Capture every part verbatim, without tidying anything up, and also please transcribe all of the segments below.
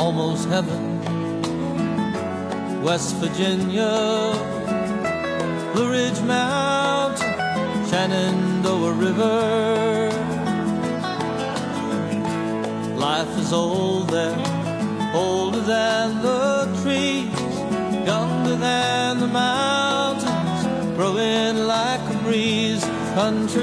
almost heaven. West Virginia, Blue Ridge Mountain, Shenandoah River. Life is old there, older than the trees, younger than the mountains, growing like a breeze, country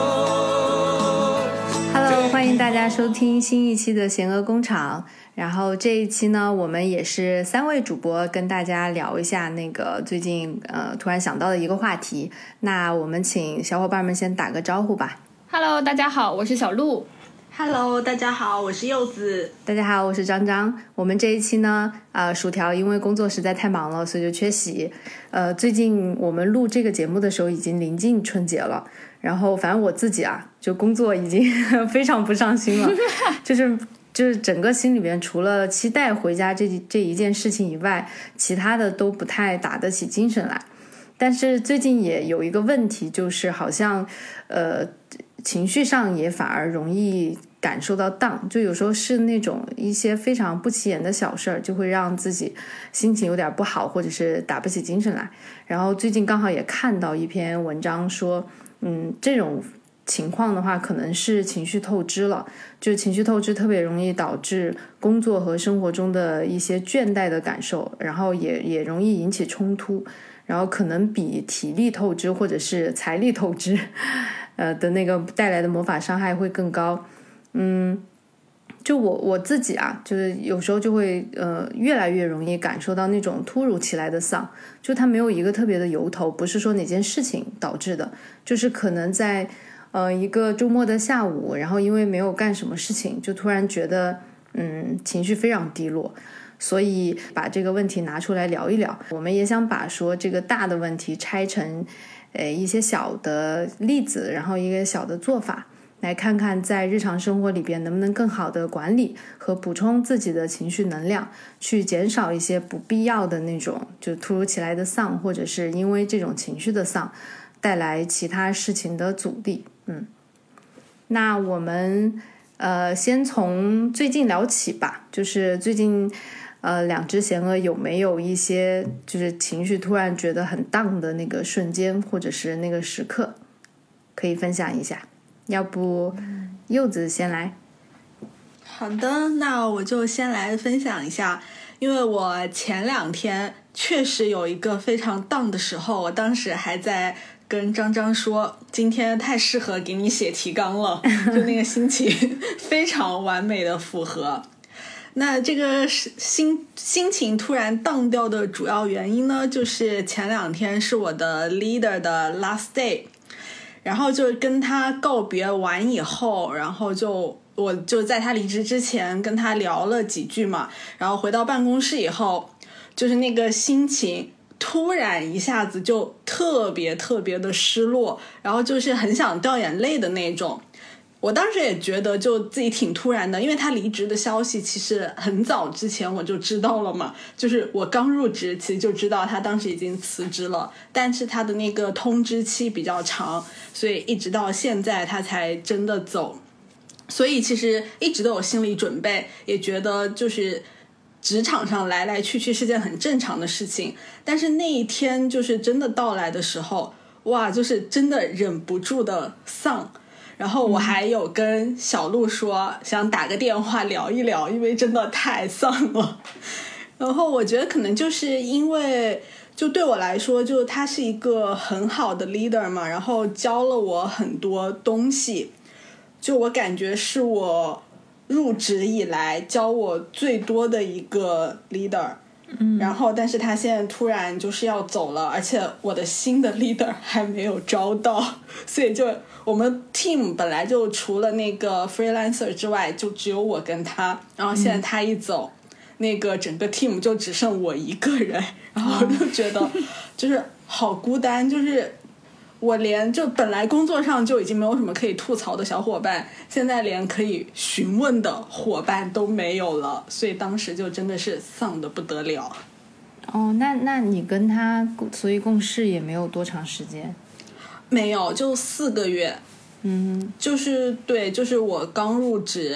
roads.Hello， 欢迎大家收听新一期的贤鹅工厂。然后这一期呢，我们也是三位主播跟大家聊一下那个最近呃突然想到的一个话题。那我们请小伙伴们先打个招呼吧。 Hello， 大家好，我是小鹿。 Hello， 大家好，我是柚子。 大家好，我是张张。我们这一期呢，呃，薯条因为工作实在太忙了，所以就缺席。呃，最近我们录这个节目的时候已经临近春节了，然后反正我自己啊，就工作已经非常不上心了，就是就是整个心里边除了期待回家这这一件事情以外，其他的都不太打得起精神来。但是最近也有一个问题，就是好像呃情绪上也反而容易感受到 down， 就有时候是那种一些非常不起眼的小事儿，就会让自己心情有点不好，或者是打不起精神来。然后最近刚好也看到一篇文章说，嗯，这种情况的话可能是情绪透支了，就情绪透支特别容易导致工作和生活中的一些倦怠的感受，然后也也容易引起冲突，然后可能比体力透支或者是财力透支呃的那个带来的魔法伤害会更高。嗯，就我我自己啊，就是有时候就会呃越来越容易感受到那种突如其来的丧，就它没有一个特别的由头，不是说哪件事情导致的，就是可能在呃一个周末的下午，然后因为没有干什么事情，就突然觉得嗯情绪非常低落，所以把这个问题拿出来聊一聊。我们也想把说这个大的问题拆成呃一些小的例子，然后一个小的做法，来看看在日常生活里边能不能更好的管理和补充自己的情绪能量，去减少一些不必要的那种就突如其来的丧，或者是因为这种情绪的丧带来其他事情的阻力。嗯，那我们呃先从最近聊起吧，就是最近呃两只贤鹅有没有一些就是情绪突然觉得很down的那个瞬间，或者是那个时刻，可以分享一下？要不柚子先来。 好的，那我就先来分享一下。因为我前两天确实有一个非常down的时候，我当时还在跟张张说今天太适合给你写提纲了就那个心情非常完美的符合。那这个心心情突然down掉的主要原因呢，就是前两天是我的 leader 的 last day，然后就跟他告别完以后，然后就我就在他离职之前跟他聊了几句嘛，然后回到办公室以后，就是那个心情突然一下子就特别特别的失落，然后就是很想掉眼泪的那种。我当时也觉得就自己挺突然的，因为他离职的消息其实很早之前我就知道了嘛，就是我刚入职其实就知道他当时已经辞职了，但是他的那个通知期比较长，所以一直到现在他才真的走。所以其实一直都有心理准备，也觉得就是职场上来来去去是件很正常的事情，但是那一天就是真的到来的时候，哇，就是真的忍不住的丧。然后我还有跟小鹿说想打个电话聊一聊，因为真的太丧了。然后我觉得可能就是因为就对我来说，就他是一个很好的 leader 嘛，然后教了我很多东西，就我感觉是我入职以来教我最多的一个 leader。嗯，然后但是他现在突然就是要走了，而且我的新的 leader 还没有招到，所以就我们 team 本来就除了那个 freelancer 之外就只有我跟他，然后现在他一走、嗯、那个整个 team 就只剩我一个人，然后我就觉得就是好孤单，就是我连就本来工作上就已经没有什么可以吐槽的小伙伴，现在连可以询问的伙伴都没有了，所以当时就真的是丧得不得了。 哦，那那你跟他所以共事也没有多长时间？ 没有，就四个月。 嗯， 就是对，就是我刚入职，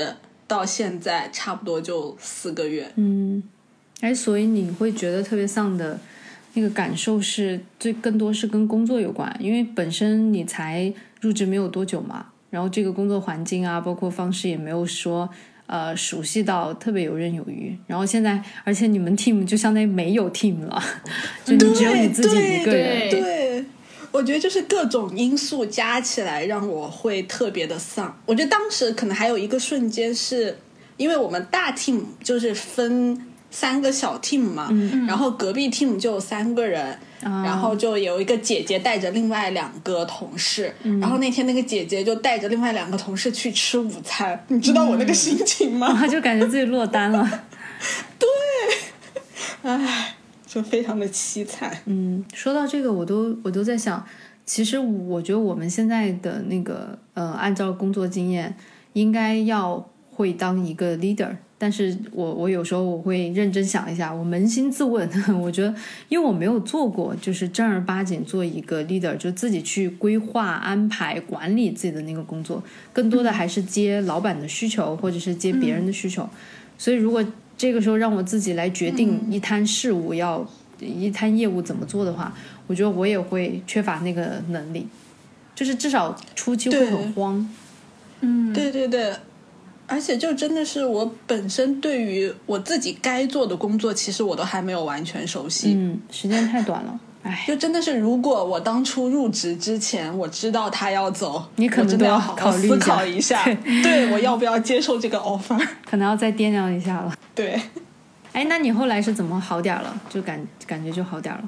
到现在差不多就四个月。 嗯，哎，所以你会觉得特别丧的那个感受是最更多是跟工作有关，因为本身你才入职没有多久嘛，然后这个工作环境啊，包括方式也没有说呃熟悉到特别游刃有余，然后现在而且你们 team 就相当于没有 team 了，就你只有你自己一个人。 对， 对， 对，我觉得就是各种因素加起来让我会特别的丧。我觉得当时可能还有一个瞬间是因为我们大 team 就是分三个小 team 嘛、嗯、然后隔壁 team 就有三个人、嗯、然后就有一个姐姐带着另外两个同事、嗯、然后那天那个姐姐就带着另外两个同事去吃午餐，你知道我那个心情吗？ 嗯、就感觉自己落单了对，唉，就非常的凄惨。 嗯，说到这个我都我都在想，其实我觉得我们现在的那个呃，按照工作经验应该要会当一个 leader， 但是我我有时候我会认真想一下，我扪心自问，我觉得因为我没有做过就是正儿八经做一个 leader， 就自己去规划安排管理自己的那个工作，更多的还是接老板的需求或者是接别人的需求、嗯、所以如果这个时候让我自己来决定一摊事务要、嗯、一摊业务怎么做的话，我觉得我也会缺乏那个能力，就是至少初期会很慌。 嗯，对对对，而且就真的是我本身对于我自己该做的工作其实我都还没有完全熟悉。 嗯，时间太短了。哎， 就真的是如果我当初入职之前我知道他要走， 你可能都要好好思考一下，对, 对我要不要接受这个 offer， 可能要再掂量一下了。 对， 哎，那你后来是怎么好点了？就感感觉就好点了。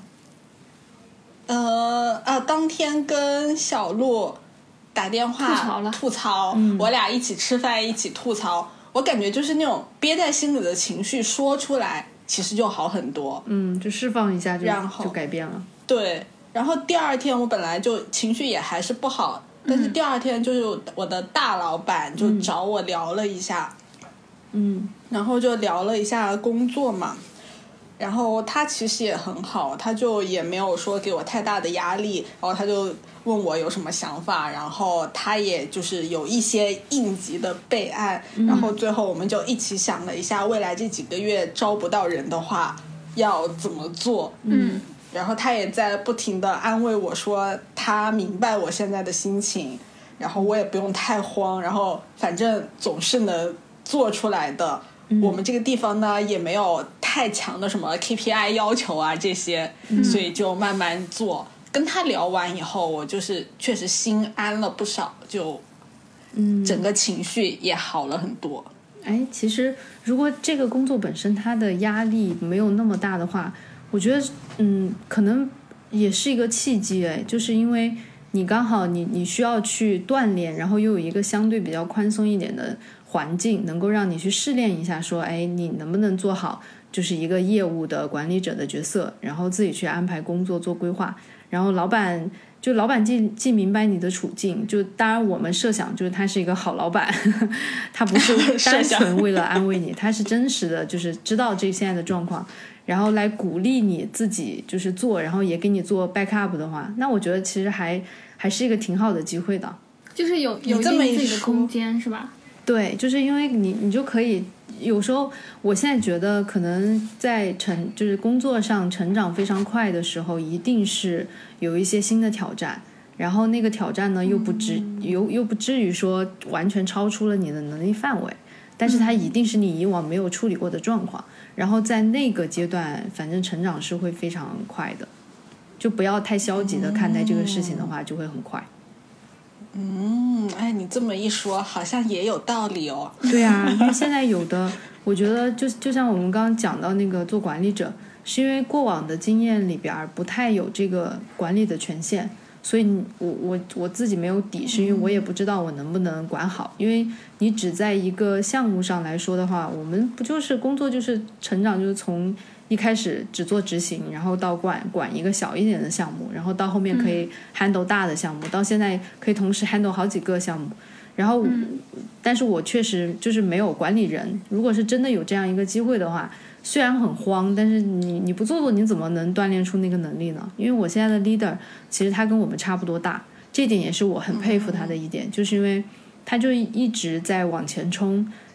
呃啊，当天跟小鹿打电话吐槽了， 吐槽、嗯、我俩一起吃饭一起吐槽，我感觉就是那种憋在心里的情绪说出来其实就好很多。 嗯，就释放一下就就改变了。 对，然后第二天我本来就情绪也还是不好、嗯、但是第二天就是我的大老板就找我聊了一下， 嗯， 然后就聊了一下工作嘛，然后他其实也很好，他就也没有说给我太大的压力，然后他就问我有什么想法，然后他也就是有一些应急的备案、嗯、然后最后我们就一起想了一下未来这几个月招不到人的话要怎么做。 嗯， 然后他也在不停的安慰我说他明白我现在的心情，然后我也不用太慌，然后反正总是能做出来的、嗯、我们这个地方呢也没有太强的什么 K P I 要求啊这些、嗯、所以就慢慢做。跟他聊完以后我就是确实心安了不少，就嗯，整个情绪也好了很多。 哎，其实如果这个工作本身它的压力没有那么大的话，我觉得嗯，可能也是一个契机。哎，就是因为你刚好你你需要去锻炼，然后又有一个相对比较宽松一点的环境，能够让你去试炼一下说，哎，你能不能做好就是一个业务的管理者的角色，然后自己去安排工作做规划，然后老板就老板既既明白你的处境，就当然我们设想就是他是一个好老板他不是单纯为了安慰你他是真实的就是知道这现在的状况，然后来鼓励你自己就是做，然后也给你做 backup 的话，那我觉得其实还还是一个挺好的机会的， 就是有有一定自己的空间是吧？ 对，就是因为你你就可以有时候我现在觉得可能在成就是工作上成长非常快的时候一定是有一些新的挑战，然后那个挑战呢又不至、嗯、又又不至于说完全超出了你的能力范围，但是它一定是你以往没有处理过的状况、嗯、然后在那个阶段反正成长是会非常快的，就不要太消极的看待这个事情的话、嗯、就会很快。 嗯，哎，你这么一说好像也有道理哦。 对啊，因为现在有的我觉得就就像我们刚刚讲到那个做管理者，是因为过往的经验里边不太有这个管理的权限，所以我我我自己没有底，是因为我也不知道我能不能管好、嗯、因为你只在一个项目上来说的话，我们不就是工作就是成长，就是从一开始只做执行，然后到管管一个小一点的项目，然后到后面可以 handle 大的项目、嗯、到现在可以同时 handle 好几个项目，然后、嗯、但是我确实就是没有管理人，如果是真的有这样一个机会的话，虽然很慌，但是你你不做做你怎么能锻炼出那个能力呢？因为我现在的 leader 其实他跟我们差不多大，这点也是我很佩服他的一点、嗯、就是因为他就一直在往前冲，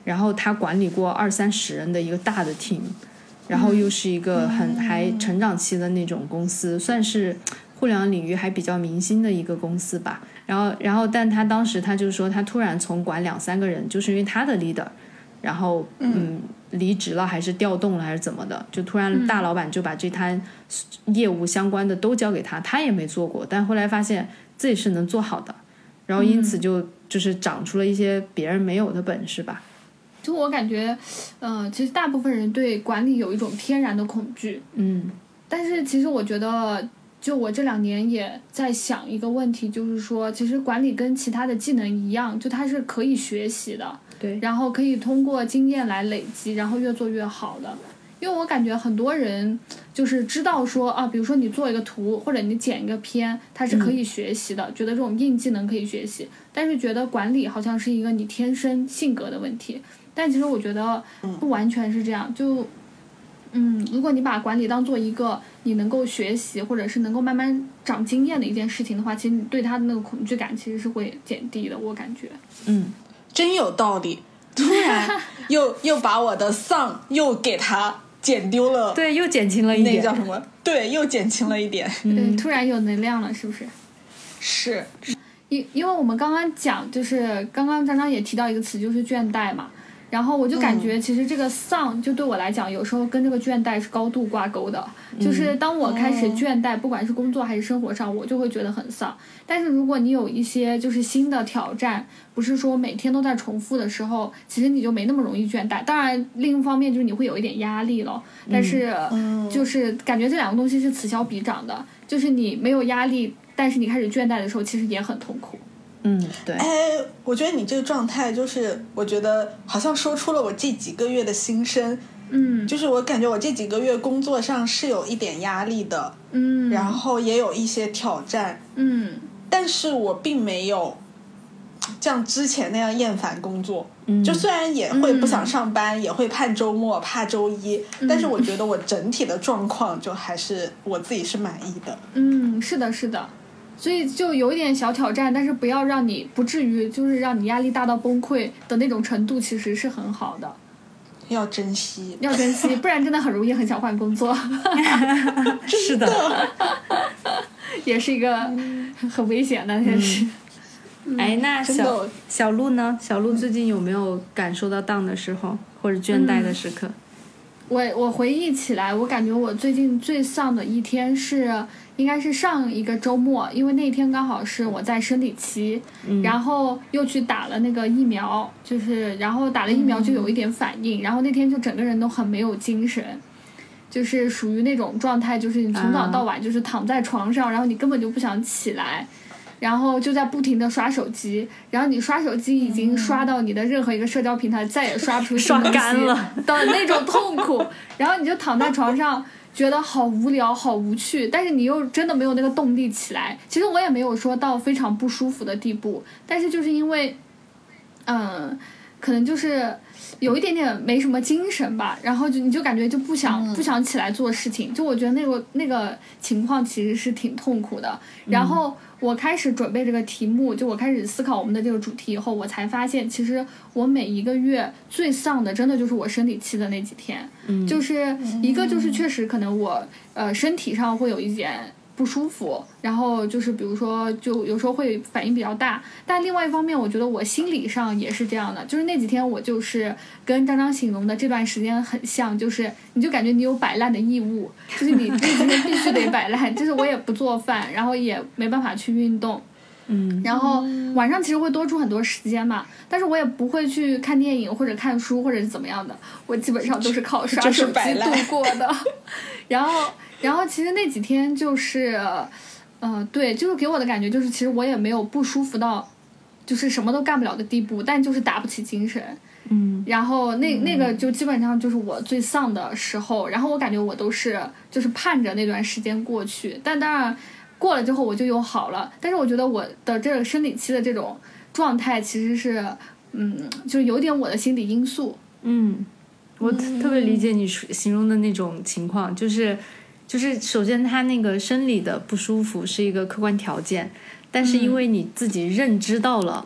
然后他管理过二三十人的一个大的 team， 然后又是一个很还成长期的那种公司，算是互联网领域还比较明星的一个公司吧。然后然后但他当时他就说他突然从管两三个人，就是因为他的 leader， 然后嗯离职了还是调动了还是怎么的，就突然大老板就把这摊业务相关的都交给他，他也没做过，但后来发现自己是能做好的，然后因此就就是长出了一些别人没有的本事吧。 就我感觉呃，其实大部分人对管理有一种天然的恐惧， 嗯， 但是其实我觉得就我这两年也在想一个问题，就是说其实管理跟其他的技能一样，就它是可以学习的， 对， 然后可以通过经验来累积，然后越做越好的。因为我感觉很多人就是知道说啊，比如说你做一个图或者你剪一个片，它是可以学习的，嗯，觉得这种硬技能可以学习，但是觉得管理好像是一个你天生性格的问题。但其实我觉得不完全是这样，就嗯，如果你把管理当做一个你能够学习或者是能够慢慢长经验的一件事情的话，其实你对它的那个恐惧感其实是会减低的，我感觉。 嗯，真有道理。突然又又把我的丧又给它减丢了， 对，又减轻了一点。 那叫什么？对，又减轻了一点。 嗯，对，突然有能量了，是不是？ 是。 因因为我们刚刚讲，就是刚刚张张也提到一个词，就是倦怠嘛。然后我就感觉其实这个丧就对我来讲有时候跟这个倦怠是高度挂钩的，就是当我开始倦怠，不管是工作还是生活上，我就会觉得很丧。但是如果你有一些就是新的挑战，不是说每天都在重复的时候，其实你就没那么容易倦怠。当然另一方面就是你会有一点压力了，但是就是感觉这两个东西是此消彼长的，就是你没有压力，但是你开始倦怠的时候其实也很痛苦。 嗯，对。 哎，我觉得你这个状态就是，我觉得好像说出了我这几个月的心声。 嗯， 就是我感觉我这几个月工作上是有一点压力的， 嗯， 然后也有一些挑战， 嗯， 但是我并没有像之前那样厌烦工作。 嗯， 就虽然也会不想上班，嗯，也会盼周末、怕周一，嗯，但是我觉得我整体的状况就还是我自己是满意的。 嗯，是的，是的。所以就有一点小挑战，但是不要让你不至于就是让你压力大到崩溃的那种程度，其实是很好的。 要珍惜， 要珍惜，不然真的很容易很想换工作。 是的， 也是一个很危险的件事。 嗯，哎，那小小鹿呢？小鹿最近有没有感受到down的时候，或者倦怠的时刻？ 嗯，我我回忆起来，我感觉我最近最丧的一天是。应该是上一个周末，因为那天刚好是我在生理期， 嗯， 然后又去打了那个疫苗，就是然后打了疫苗就有一点反应，嗯，然后那天就整个人都很没有精神，就是属于那种状态，就是你从早到晚就是躺在床上，啊，然后你根本就不想起来，然后就在不停的刷手机，然后你刷手机已经刷到你的任何一个社交平台，嗯，再也刷不出刷干了的那种痛苦，然后你就躺在床上。觉得好无聊好无趣，但是你又真的没有那个动力起来。其实我也没有说到非常不舒服的地步，但是就是因为嗯可能就是有一点点没什么精神吧，然后就你就感觉就不想、嗯、不想起来做事情，就我觉得那个那个情况其实是挺痛苦的。然后我开始准备这个题目，就我开始思考我们的这个主题以后，我才发现其实我每一个月最丧的真的就是我生理期的那几天、嗯、就是一个就是确实可能我呃身体上会有一点不舒服，然后就是比如说就有时候会反应比较大，但另外一方面我觉得我心理上也是这样的，就是那几天我就是跟张张形容的这段时间很像，就是你就感觉你有摆烂的义务，就是你那几天必须得摆烂，就是我也不做饭，然后也没办法去运动， 嗯， 然后晚上其实会多出很多时间嘛，但是我也不会去看电影或者看书或者是怎么样的，我基本上都是靠刷手机度过的。然后然后其实那几天就是呃对，就是给我的感觉就是其实我也没有不舒服到就是什么都干不了的地步，但就是打不起精神。 嗯， 然后那那个就基本上就是我最丧的时候，然后我感觉我都是就是盼着那段时间过去，但当然过了之后我就又好了，但是我觉得我的这个生理期的这种状态其实是嗯就是有点我的心理因素。 嗯，我特别理解你形容的那种情况，就是就是首先他那个生理的不舒服是一个客观条件，但是因为你自己认知到了、嗯、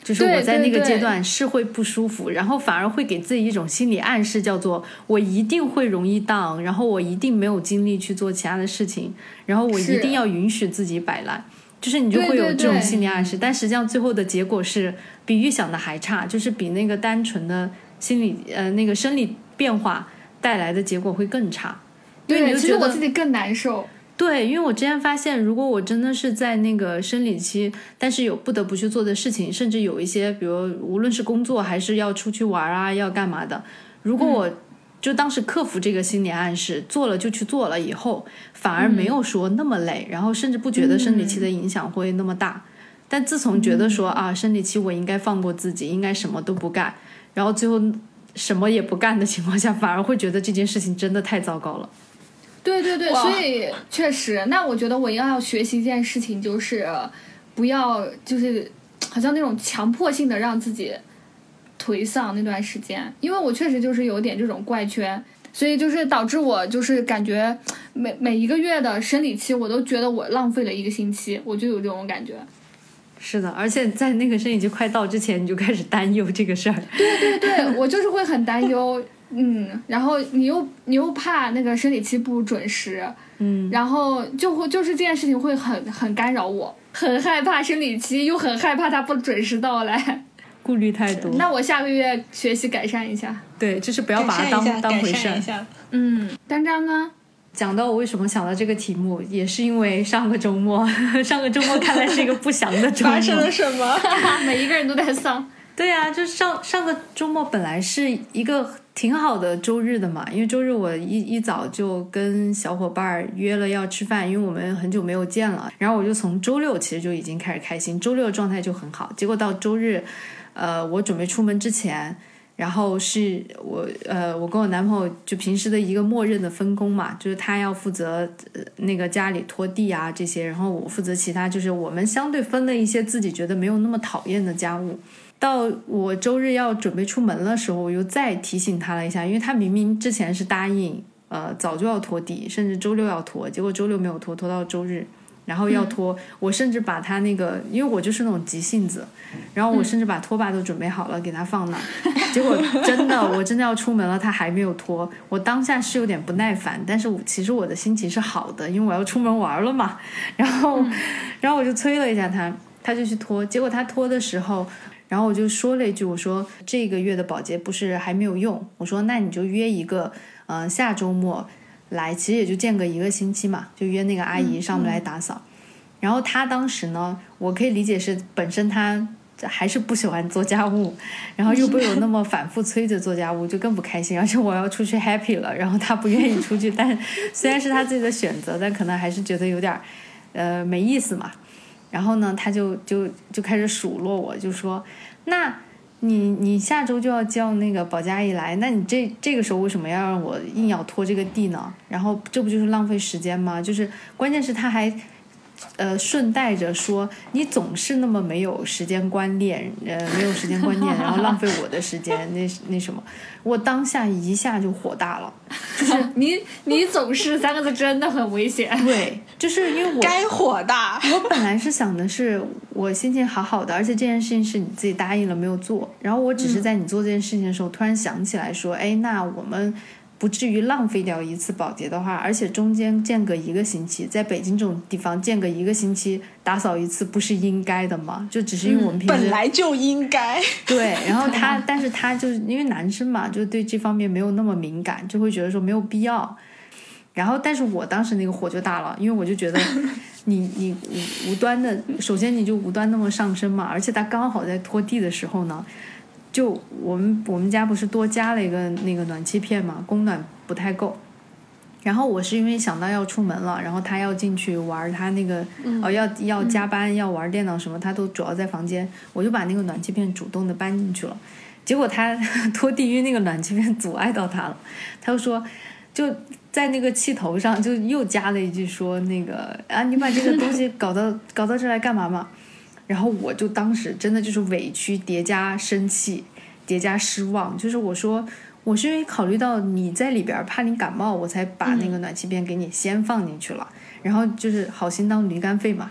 就是我在那个阶段是会不舒服，然后反而会给自己一种心理暗示，叫做我一定会容易down，然后我一定没有精力去做其他的事情，然后我一定要允许自己摆烂，就是你就会有这种心理暗示。 对对对， 但实际上最后的结果是比预想的还差，就是比那个单纯的心理呃那个生理变化带来的结果会更差。 对，其实我自己更难受。 对，因为我之前发现，如果我真的是在那个生理期，但是有不得不去做的事情，甚至有一些，比如无论是工作还是要出去玩啊，要干嘛的，如果我就当时克服这个心理暗示，做了就去做了以后，反而没有说那么累，然后甚至不觉得生理期的影响会那么大。但自从觉得说啊，生理期我应该放过自己，应该什么都不干，然后最后什么也不干的情况下，反而会觉得这件事情真的太糟糕了。 对对对，所以确实，那我觉得我要学习一件事情，就是不要就是好像那种强迫性的让自己颓丧那段时间，因为我确实就是有点这种怪圈，所以就是导致我就是感觉每每一个月的生理期，我都觉得我浪费了一个星期，我就有这种感觉。 是的，而且在那个生理期快到之前，你就开始担忧这个事儿。 对对对，我就是会很担忧。嗯，然后你又你又怕那个生理期不准时， 嗯， 然后就会就是这件事情会很很干扰我，很害怕生理期，又很害怕它不准时到来， 顾虑太多。 那我下个月学习改善一下。 对，就是不要把它当当回事。 嗯，单张呢？ 讲到我为什么想到这个题目，也是因为上个周末，上个周末看来是一个不祥的周末。 发生了什么？ 每一个人都在丧。 对啊，就上上个周末本来是一个挺好的周日的嘛，因为周日我一一早就跟小伙伴约了要吃饭，因为我们很久没有见了，然后我就从周六其实就已经开始开心，周六的状态就很好，结果到周日，呃，我准备出门之前，然后是我呃，我跟我男朋友就平时的一个默认的分工嘛，就是他要负责、呃、那个家里拖地啊这些，然后我负责其他，就是我们相对分了一些自己觉得没有那么讨厌的家务。到我周日要准备出门的时候，我又再提醒他了一下，因为他明明之前是答应呃早就要拖地，甚至周六要拖，结果周六没有拖，拖到周日，然后要拖、嗯、我甚至把他那个，因为我就是那种急性子，然后我甚至把拖把都准备好了、嗯、给他放那，结果真的我真的要出门了，他还没有拖，我当下是有点不耐烦，但是我其实我的心情是好的，因为我要出门玩了嘛，然后、嗯、然后我就催了一下他，他就去拖，结果他拖的时候，然后我就说了一句，我说这个月的保洁不是还没有用，我说那你就约一个呃下周末来，其实也就间隔一个星期嘛，就约那个阿姨上门来打扫、嗯嗯、然后他当时呢，我可以理解是本身他还是不喜欢做家务，然后又被我那么反复催着做家务，就更不开心，而且我要出去 happy 了，然后他不愿意出去，但虽然是他自己的选择，但可能还是觉得有点呃没意思嘛。然后呢，他就就就开始数落我，就说：“那你你下周就要叫那个保洁阿姨来，那你这这个时候为什么要让我硬要拖这个地呢？然后这不就是浪费时间吗？就是关键是他还呃顺带着说你总是那么没有时间观念，呃没有时间观念，然后浪费我的时间，那那什么，我当下一下就火大了，就是你你总是三个字真的很危险。 对，就是因为我该火大。 我本来是想的是我心情好好的，而且这件事情是你自己答应了没有做，然后我只是在你做这件事情的时候、嗯、突然想起来说，哎，那我们不至于浪费掉一次保洁的话，而且中间间隔一个星期，在北京这种地方间隔一个星期打扫一次不是应该的吗？就只是因为我们平时、 嗯、本来就应该。 对，然后他但是他就是因为男生嘛，就对这方面没有那么敏感，就会觉得说没有必要。然后但是我当时那个火就大了，因为我就觉得你你无端的，首先你就无端那么上升嘛，而且他刚好在拖地的时候呢，就我们我们家不是多加了一个那个暖气片嘛，供暖不太够，然后我是因为想到要出门了，然后他要进去玩，他那个、嗯、哦要要加班、嗯、要玩电脑什么，他都主要在房间，我就把那个暖气片主动的搬进去了，结果他拖地因为那个暖气片阻碍到他了，他就说就在那个气头上就又加了一句说那个啊你把这个东西搞到搞到这来干嘛嘛，然后我就当时真的就是委屈叠加生气叠加失望，就是我说我是因为考虑到你在里边怕你感冒，我才把那个暖气片给你先放进去了、嗯、然后就是好心当驴肝肺嘛，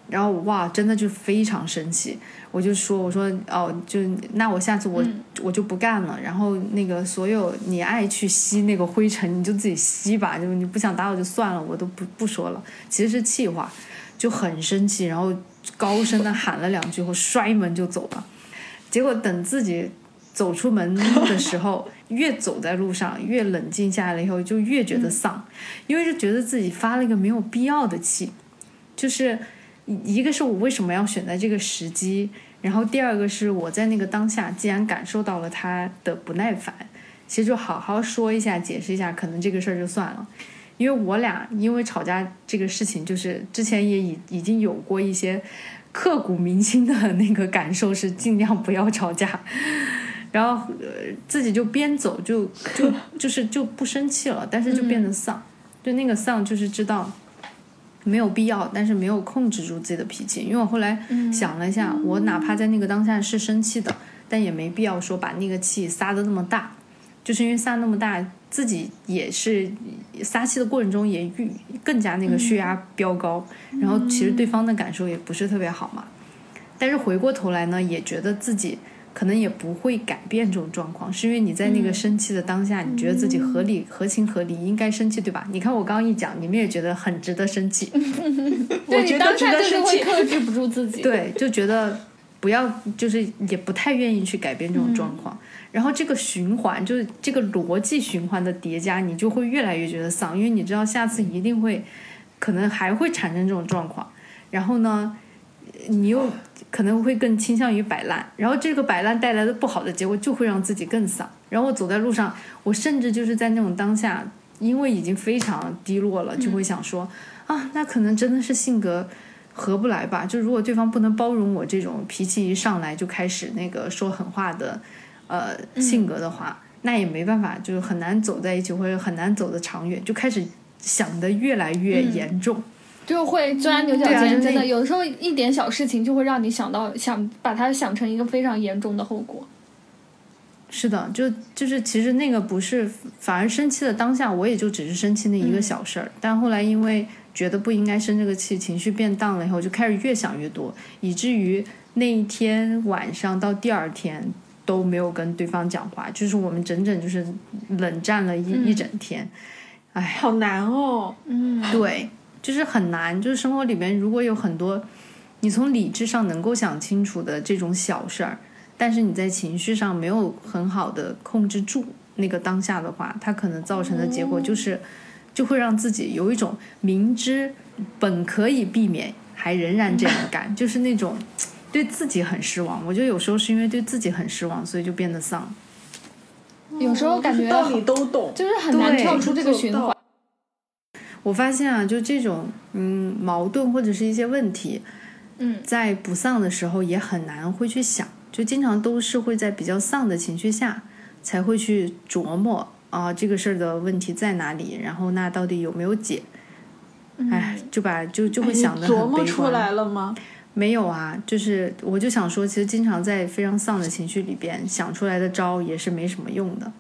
然后哇，真的就非常生气，我就说我说哦，就那我下次我、嗯、我就不干了。然后那个所有你爱去吸那个灰尘，你就自己吸吧，就你不想打我就算了，我都不不说了。其实是气话，就很生气，然后高声的喊了两句后摔门就走了。结果等自己走出门的时候，越走在路上越冷静下来以后，就越觉得丧，嗯、因为就觉得自己发了一个没有必要的气，就是。一个是我为什么要选在这个时机，然后第二个是我在那个当下既然感受到了他的不耐烦，其实就好好说一下解释一下，可能这个事儿就算了。因为我俩因为吵架这个事情，就是之前也已已经有过一些刻骨铭心的那个感受，是尽量不要吵架，然后、呃、自己就边走就就就是就不生气了，但是就变得丧、嗯、就那个丧就是知道没有必要，但是没有控制住自己的脾气。因为我后来想了一下、嗯、我哪怕在那个当下是生气的，但也没必要说把那个气撒得那么大，就是因为撒那么大自己也是撒气的过程中也更加那个血压飙高、嗯、然后其实对方的感受也不是特别好嘛。但是回过头来呢，也觉得自己可能也不会改变这种状况，是因为你在那个生气的当下、嗯、你觉得自己合理合情合理应该生气，对吧？你看我刚刚一讲你们也觉得很值得生气我觉得值得生气，会克制不住自己对，就觉得不要，就是也不太愿意去改变这种状况、嗯、然后这个循环就是这个逻辑循环的叠加，你就会越来越觉得丧，因为你知道下次一定会可能还会产生这种状况，然后呢你又可能会更倾向于摆烂，然后这个摆烂带来的不好的结果就会让自己更丧。然后我走在路上，我甚至就是在那种当下，因为已经非常低落了，就会想说、嗯、啊，那可能真的是性格合不来吧，就如果对方不能包容我这种脾气一上来就开始那个说狠话的呃性格的话、嗯、那也没办法，就是很难走在一起，或者很难走得长远，就开始想得越来越严重、嗯就会钻牛角尖、嗯啊、真的有的时候一点小事情就会让你想到想把它想成一个非常严重的后果。 是的，就就是其实那个不是，反而生气的当下我也就只是生气那一个小事儿、嗯、但后来因为觉得不应该生这个气，情绪变荡了以后就开始越想越多，以至于那一天晚上到第二天都没有跟对方讲话，就是我们整整就是冷战了一、嗯、一整天。哎， 好难哦。 嗯，对，就是很难，就是生活里面如果有很多你从理智上能够想清楚的这种小事儿，但是你在情绪上没有很好的控制住那个当下的话，它可能造成的结果就是、嗯、就会让自己有一种明知本可以避免还仍然这样干、嗯、就是那种对自己很失望。我觉得有时候是因为对自己很失望，所以就变得丧。 有时候感觉道理都懂， 就是很难跳出这个循环。 我发现啊，就这种嗯矛盾或者是一些问题， 嗯， 在不丧的时候也很难会去想，就经常都是会在比较丧的情绪下才会去琢磨啊这个事儿的问题在哪里，然后那到底有没有解？哎、嗯，就把就就会想得很悲观。 琢磨出来了吗？ 没有啊，就是我就想说，其实经常在非常丧的情绪里边想出来的招也是没什么用的。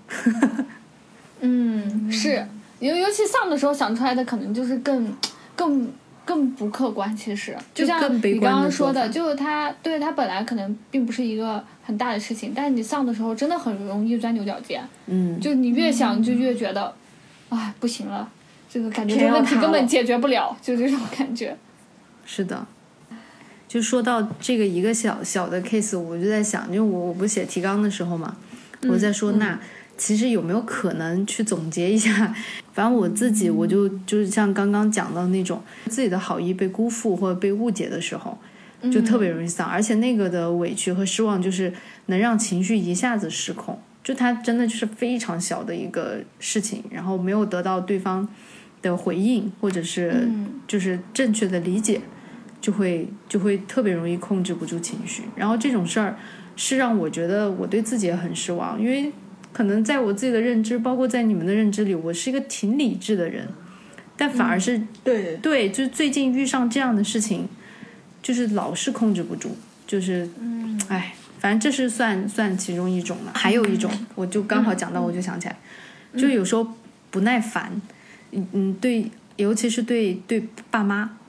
嗯，是。尤尤其丧的时候想出来的可能就是更更更不客观，其实就像你刚刚说的，就是他对他本来可能并不是一个很大的事情，但是你丧的时候真的很容易钻牛角尖。 嗯， 就你越想就越觉得，哎，不行了，这个感觉这个问题根本解决不了，就这种感觉。 是的，就说到这个一个小小的 case， 我就在想，就我我不写提纲的时候嘛，嗯、我在说那。嗯其实有没有可能去总结一下，反正我自己我就就是像刚刚讲到那种自己的好意被辜负或者被误解的时候，就特别容易丧、嗯、而且那个的委屈和失望就是能让情绪一下子失控，就它真的就是非常小的一个事情，然后没有得到对方的回应或者是就是正确的理解，就会就会特别容易控制不住情绪。然后这种事儿是让我觉得我对自己也很失望，因为可能在我自己的认知包括在你们的认知里我是一个挺理智的人，但反而是、嗯、 对对，就是最近遇上这样的事情就是老是控制不住，就是嗯，哎，反正这是算算其中一种了。还有一种、嗯、我就刚好讲到我就想起来、嗯、就有时候不耐烦，嗯嗯，对，尤其是对对爸妈，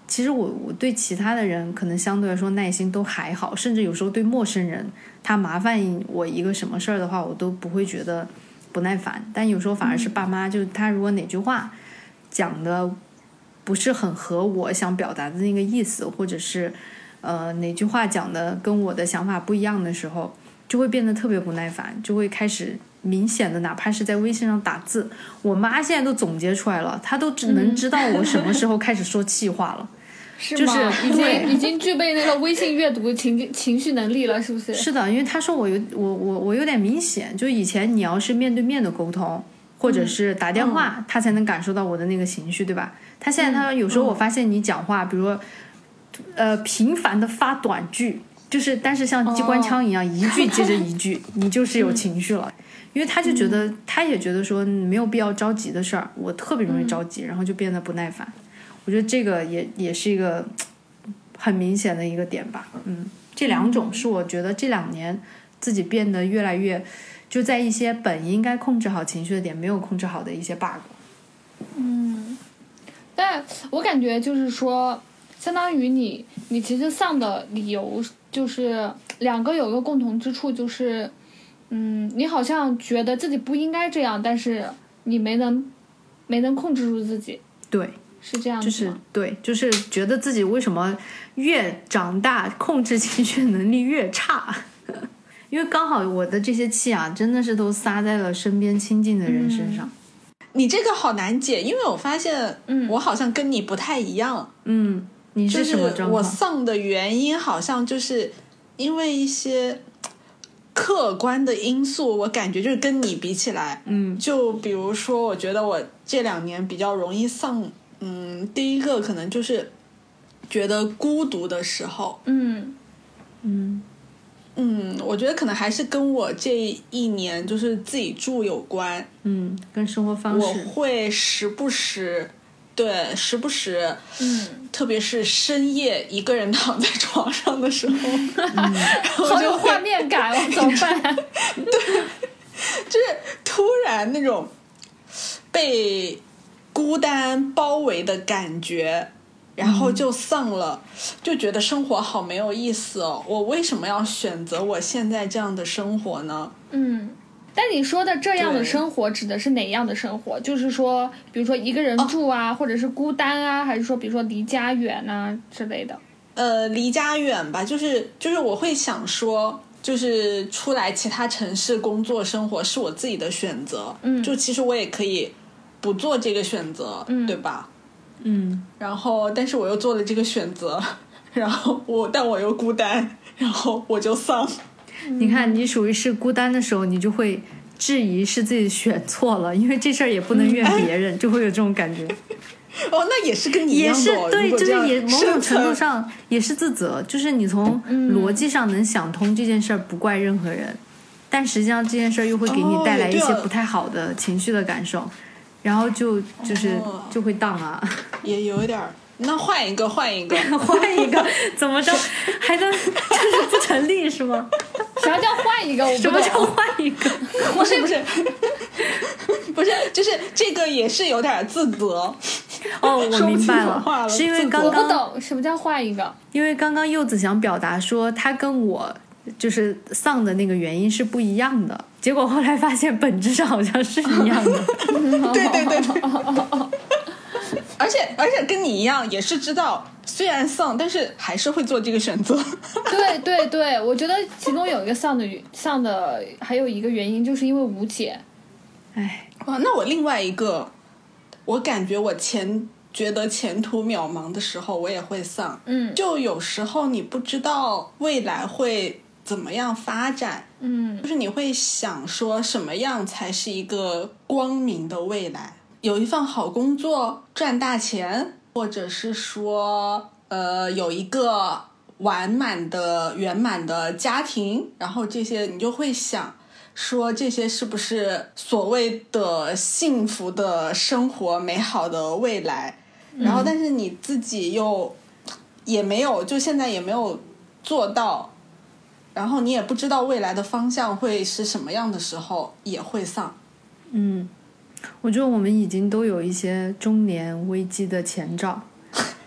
其实我我对其他的人可能相对来说耐心都还好，甚至有时候对陌生人他麻烦我一个什么事儿的话，我都不会觉得不耐烦。但有时候反而是爸妈，就是他如果哪句话讲的不是很合我想表达的那个意思，或者是呃哪句话讲的跟我的想法不一样的时候，就会变得特别不耐烦，就会开始明显的哪怕是在微信上打字，我妈现在都总结出来了，她都只能知道我什么时候开始说气话了。 是吗？ 就是已经已经具备那个微信阅读情情绪能力了，是不是？ 是的，因为她说我有我我我有点明显，就以前你要是面对面的沟通，或者是打电话，她、嗯、才能感受到我的那个情绪，对吧？她现在她有时候我发现你讲话，嗯、比如说呃频繁的发短句，就是但是像机关枪一样、哦、一句接着一句，你就是有情绪了。因为他就觉得、嗯、他也觉得说没有必要着急的事儿，我特别容易着急、嗯、然后就变得不耐烦。我觉得这个也也是一个很明显的一个点吧。嗯，这两种是我觉得这两年自己变得越来越就在一些本应该控制好情绪的点没有控制好的一些 bug。 嗯，但我感觉就是说相当于你你其实丧的理由就是两个有一个共同之处，就是嗯，你好像觉得自己不应该这样，但是你没能没能控制住自己。 对， 是这样子吗？ 就是对，就是觉得自己为什么越长大控制情绪能力越差。因为刚好我的这些气啊真的是都撒在了身边亲近的人身上、 嗯、你这个好难解，因为我发现我好像跟你不太一样。 嗯，你是什么状况？ 就是我丧的原因好像就是因为一些客观的因素，我感觉就是跟你比起来， 嗯， 就比如说我觉得我这两年比较容易丧，嗯，第一个可能就是觉得孤独的时候， 嗯嗯嗯，我觉得可能还是跟我这一年就是自己住有关， 嗯，跟生活方式， 我会时不时，对，时不时， 嗯， 特别是深夜一个人躺在床上的时候，嗯、 好有画面感哦，怎么办？ 对，就是突然那种被孤单包围的感觉。然后就丧了、嗯、就觉得生活好没有意思哦，我为什么要选择我现在这样的生活呢？ 嗯，但你说的这样的生活指的是哪样的生活？就是说比如说一个人住啊、哦、或者是孤单啊，还是说比如说离家远啊之类的？ 呃，离家远吧，就是就是我会想说就是出来其他城市工作生活是我自己的选择， 嗯， 就其实我也可以不做这个选择， 嗯， 对吧？ 嗯， 然后但是我又做了这个选择，然后我但我又孤单，然后我就丧。 你看你属于是孤单的时候你就会质疑是自己选错了，因为这事儿也不能怨别人、嗯、就会有这种感觉。 哦，那也是跟你一样的、哦、 也是对，就是也某种程度上也是自责，就是你从逻辑上能想通这件事儿不怪任何人、嗯、但实际上这件事儿又会给你带来一些不太好的情绪的感受、哦、然后就就是就会荡啊， 也有一点。那换一个，换一个， 换一个，怎么着还能就是不成立是吗？ 啥叫换一个？我不懂。 什么叫换一个？ 不是不是不是，就是这个也是有点自责。 哦，我明白了， 了是因为刚刚我不懂什么叫换一个。 因为刚刚柚子想表达说他跟我就是丧的那个原因是不一样的，结果后来发现本质上好像是一样的。 对对对对。而且而且跟你一样也是知道虽然丧但是还是会做这个选择。 对对对，我觉得其中有一个丧的丧的还有一个原因就是因为无解。 哎， 哇，那我另外一个我感觉我前觉得前途渺茫的时候我也会丧。 嗯， 就有时候你不知道未来会怎么样发展。 嗯， 就是你会想说什么样才是一个光明的未来，有一份好工作赚大钱，或者是说呃有一个完满的圆满的家庭，然后这些你就会想说这些是不是所谓的幸福的生活美好的未来、嗯、然后但是你自己又也没有就现在也没有做到，然后你也不知道未来的方向会是什么样的时候也会丧。 嗯，我觉得我们已经都有一些中年危机的前兆。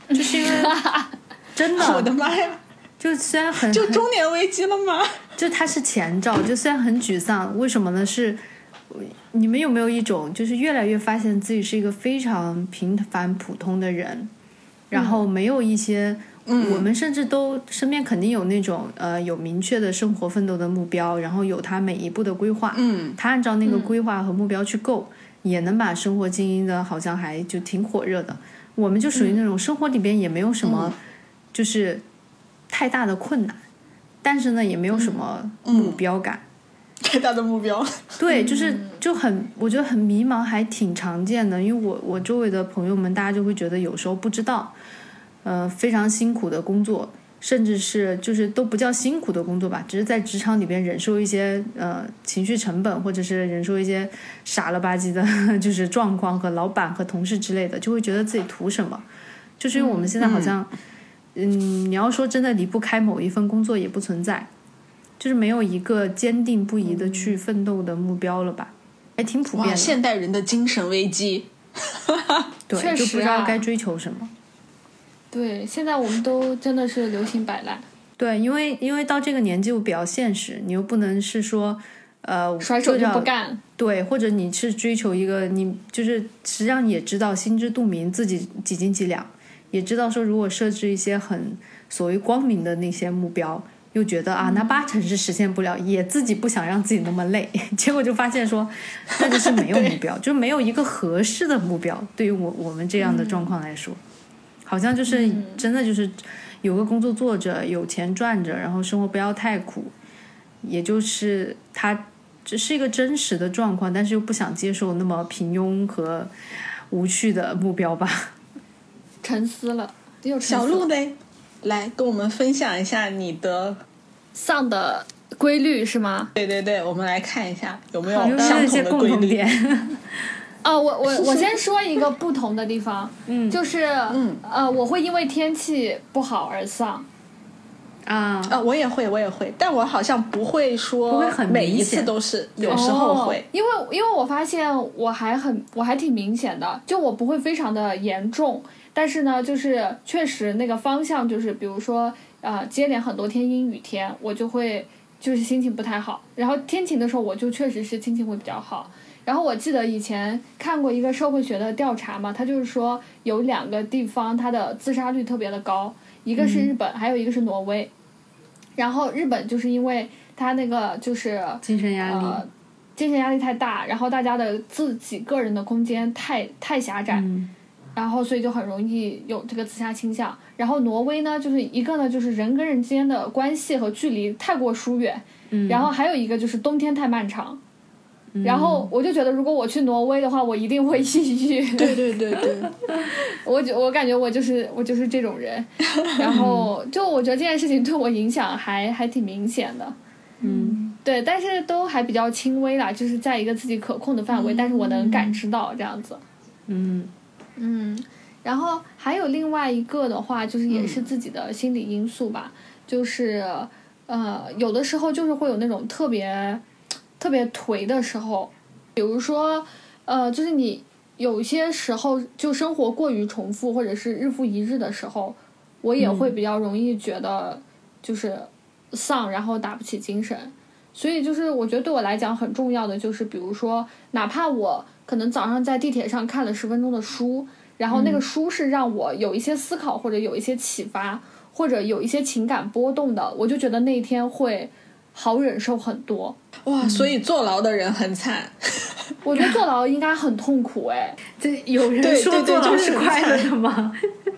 就是因为真的， 我的妈呀！ 就虽然很就中年危机了吗？ 就它是前兆，就虽然很沮丧，为什么呢？是你们有没有一种，就是越来越发现自己是一个非常平凡普通的人，然后没有一些。嗯，我们甚至都身边肯定有那种呃有明确的生活奋斗的目标，然后有他每一步的规划， 嗯， 他按照那个规划和目标去够，嗯、也能把生活经营的好像还就挺火热的。我们就属于那种生活里边也没有什么就是太大的困难，嗯、但是呢也没有什么目标感， 嗯、太大的目标， 对，就是就很我觉得很迷茫，还挺常见的。因为我我周围的朋友们，大家就会觉得有时候不知道。呃，非常辛苦的工作，甚至是就是都不叫辛苦的工作吧，只是在职场里边忍受一些呃情绪成本，或者是忍受一些傻了吧唧的，就是状况和老板和同事之类的，就会觉得自己图什么？就是因为我们现在好像，嗯，嗯你要说真的离不开某一份工作也不存在，就是没有一个坚定不移的去奋斗的目标了吧？还挺普遍的。 现代人的精神危机， 对， 确实啊、 就不知道该追求什么。 对，现在我们都真的是流行摆烂。 对，因为因为到这个年纪我比较现实，你又不能是说，呃， 甩手就不干。 对，或者你是追求一个，你就是实际上也知道心知肚明自己几斤几两，也知道说如果设置一些很所谓光明的那些目标，又觉得啊那八成是实现不了，也自己不想让自己那么累，结果就发现说那就是没有目标，就没有一个合适的目标，对于我我们这样的状况来说。嗯好像就是真的就是有个工作做着，有钱赚着，然后生活不要太苦，也就是他只是一个真实的状况，但是又不想接受那么平庸和无趣的目标吧。 沉思了， 小鹿嘞，来跟我们分享一下你的丧的规律是吗？ 对对对，我们来看一下有没有相同的规律。 哦，我我我先说一个不同的地方，嗯，就是嗯呃，我会因为天气不好而丧， 啊啊，我也会，我也会，但我好像不会说， 不会很每一次都是，有时候会， 哦、因为因为我发现我还很我还挺明显的，就我不会非常的严重，但是呢，就是确实那个方向就是，比如说呃，接连很多天阴雨天，我就会就是心情不太好，然后天晴的时候，我就确实是心情会比较好。然后我记得以前看过一个社会学的调查嘛，它就是说有两个地方它的自杀率特别的高，一个是日本、嗯、还有一个是挪威。然后日本就是因为它那个就是精神压力、 呃、精神压力太大，然后大家的自己个人的空间太太狭窄、嗯、然后所以就很容易有这个自杀倾向。然后挪威呢，就是一个呢就是人跟人之间的关系和距离太过疏远、嗯、然后还有一个就是冬天太漫长。然后我就觉得，如果我去挪威的话，我一定会抑郁。 对对对对， 我我感觉我就是我就是这种人。然后就我觉得这件事情对我影响还还挺明显的。 嗯， 对，但是都还比较轻微啦，就是在一个自己可控的范围，嗯、但是我能感知到这样子。 嗯嗯，然后还有另外一个的话，就是也是自己的心理因素吧，嗯、就是呃，有的时候就是会有那种特别。特别颓的时候，比如说呃就是你有些时候就生活过于重复或者是日复一日的时候，我也会比较容易觉得就是丧，然后打不起精神。所以就是我觉得对我来讲很重要的就是比如说哪怕我可能早上在地铁上看了十分钟的书，然后那个书是让我有一些思考或者有一些启发或者有一些情感波动的，我就觉得那一天会好忍受很多。 哇，所以坐牢的人很惨。 我觉得坐牢应该很痛苦哎。 这有人说坐牢是快乐的吗？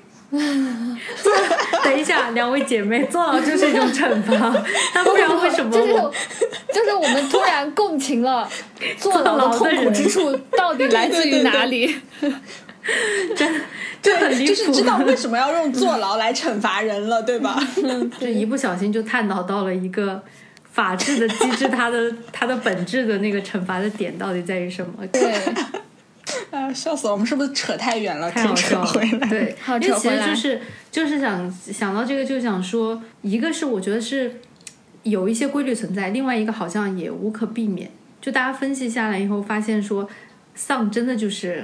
等一下，两位姐妹，坐牢就是一种惩罚，那不然为什么我？ 就是就是我们突然共情了坐牢的痛苦之处到底来自于哪里？ 真就很离谱， 就是知道为什么要用坐牢来惩罚人了，对吧？ 这一不小心就探讨到了一个。法治的机制，它的它的本质的那个惩罚的点到底在于什么？ 对， 啊，笑死了！我们是不是扯太远了？ 太好笑了。对， 好因为其实就是就是想想到这个，就想说，一个是我觉得是有一些规律存在，另外一个好像也无可避免。就大家分析下来以后，发现说，丧真的就是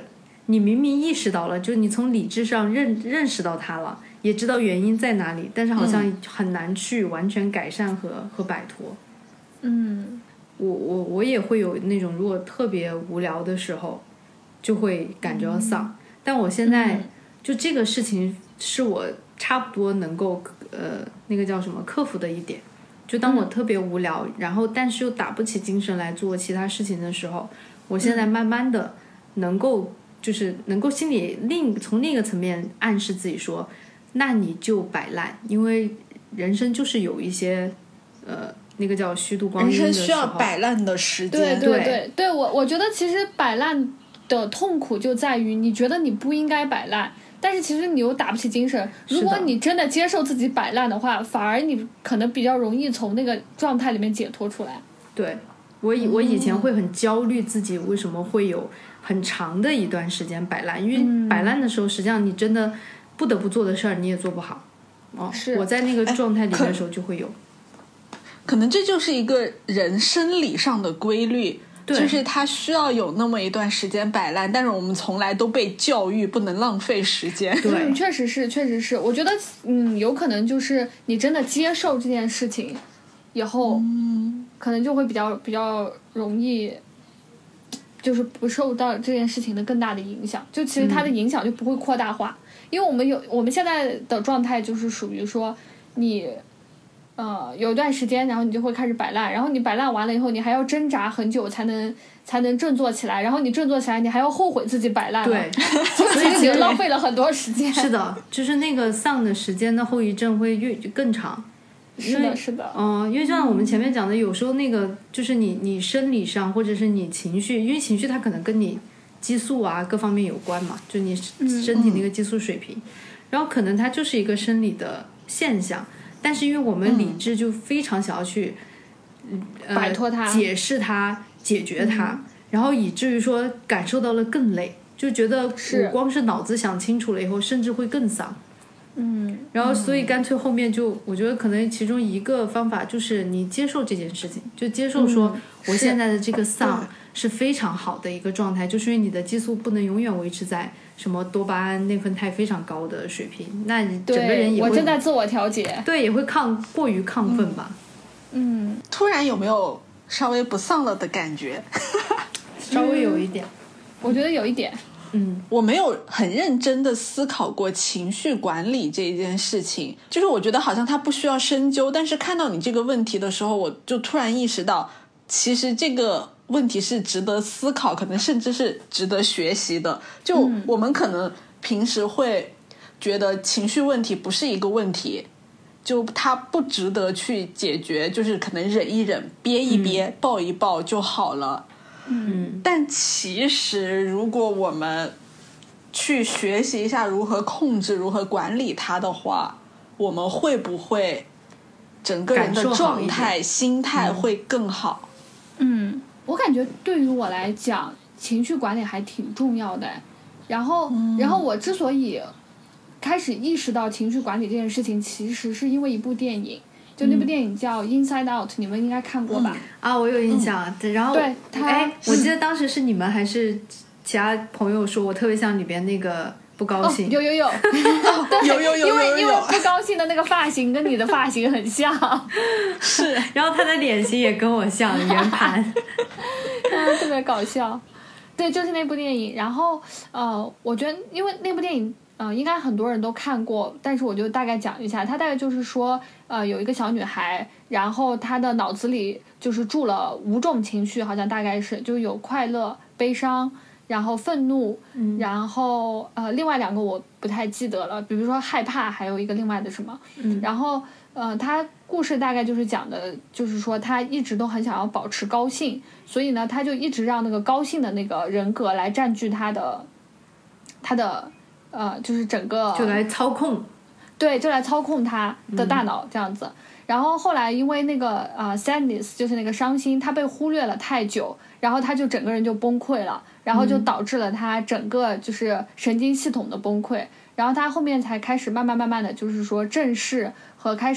你明明意识到了，就你从理智上认认识到它了，也知道原因在哪里，但是好像很难去完全改善和和摆脱。 嗯， 我我我也会有那种如果特别无聊的时候，就会感觉到丧。嗯、但我现在、嗯、就这个事情是我差不多能够呃那个叫什么克服的一点。就当我特别无聊，嗯、然后但是又打不起精神来做其他事情的时候，我现在慢慢的能够。就是能够心里另从另一个层面暗示自己说，那你就摆烂，因为人生就是有一些呃那个叫虚度光阴的时候， 人生需要摆烂的时间。 对对对对，我我觉得其实摆烂的痛苦就在于你觉得你不应该摆烂，但是其实你又打不起精神。如果你真的接受自己摆烂的话，反而你可能比较容易从那个状态里面解脱出来。 对，我以我以前会很焦虑自己为什么会有很长的一段时间摆烂，因为摆烂的时候，实际上你真的不得不做的事儿你也做不好。哦， 是我在那个状态里面的时候就会有。 可能这就是一个人生理上的规律，就是他需要有那么一段时间摆烂，但是我们从来都被教育不能浪费时间。 对， 嗯、确实是，确实是。我觉得，嗯，有可能就是你真的接受这件事情以后，嗯，可能就会比较比较容易。就是不受到这件事情的更大的影响，就其实它的影响就不会扩大化，嗯、因为我们有我们现在的状态就是属于说你，呃，有一段时间，然后你就会开始摆烂，然后你摆烂完了以后，你还要挣扎很久才能才能振作起来，然后你振作起来，你还要后悔自己摆烂了， 对， 所以其实浪费了很多时间。 是的，就是那个丧的时间的后遗症会越更长。 是的，是的， 嗯、呃，因为就像我们前面讲的，有时候那个就是你你生理上或者是你情绪，因为情绪它可能跟你激素啊各方面有关嘛，就你身体那个激素水平，嗯、然后可能它就是一个生理的现象，但是因为我们理智就非常想要去、 嗯呃、摆脱它、 解释它、解决它， 嗯、 然后以至于说感受到了更累，就觉得我光是脑子想清楚了以后，甚至会更丧。 嗯， 然后所以干脆后面就、嗯、我觉得可能其中一个方法就是你接受这件事情，就接受说、嗯、我现在的这个丧是非常好的一个状态，就是因为你的激素不能永远维持在什么多巴胺内啡肽非常高的水平，那你整个人也会我正在自我调节， 对，也会亢过于亢奋吧。 嗯， 突然有没有稍微不丧了的感觉？ 稍微有一点、嗯、 我觉得有一点。 嗯， 我没有很认真的思考过情绪管理这一件事情，就是我觉得好像它不需要深究，但是看到你这个问题的时候，我就突然意识到，其实这个问题是值得思考，可能甚至是值得学习的。就我们可能平时会觉得情绪问题不是一个问题，就它不值得去解决，就是可能忍一忍、憋一憋、嗯、抱一抱就好了。 嗯， 但其实如果我们去学习一下如何控制、如何管理它的话，我们会不会整个人的状态、心态会更好？ 嗯，我感觉对于我来讲，情绪管理还挺重要的。然后，嗯、然后我之所以开始意识到情绪管理这件事情，其实是因为一部电影。就那部电影叫《Inside Out》，你们应该看过吧？ 嗯、啊，我有印象。嗯、然后， 对他， 哎，我记得当时是你们还是其他朋友说我特别像里边那个不高兴。 哦、有有有， 有有有， 因为因为不高兴的那个发型跟你的发型很像。 是，然后他的脸型也跟我像，圆盘， 嗯，特别搞笑。对，就是那部电影。然后，呃，我觉得因为那部电影。嗯、呃，应该很多人都看过，但是我就大概讲一下，它大概就是说，呃，有一个小女孩，然后她的脑子里就是住了五种情绪，好像大概是就有快乐、悲伤，然后愤怒， 嗯、 然后呃，另外两个我不太记得了，比如说害怕，还有一个另外的什么， 嗯、 然后呃，她故事大概就是讲的，就是说她一直都很想要保持高兴，所以呢，她就一直让那个高兴的那个人格来占据她的，她的。呃，就是整个就来操控， 对，就来操控他的大脑这样子。嗯、然后后来因为那个啊、呃、sadness 就是那个伤心，他被忽略了太久，然后他就整个人就崩溃了，然后就导致了他整个就是神经系统的崩溃。嗯、然后他后面才开始慢慢慢慢的就是说正视和开始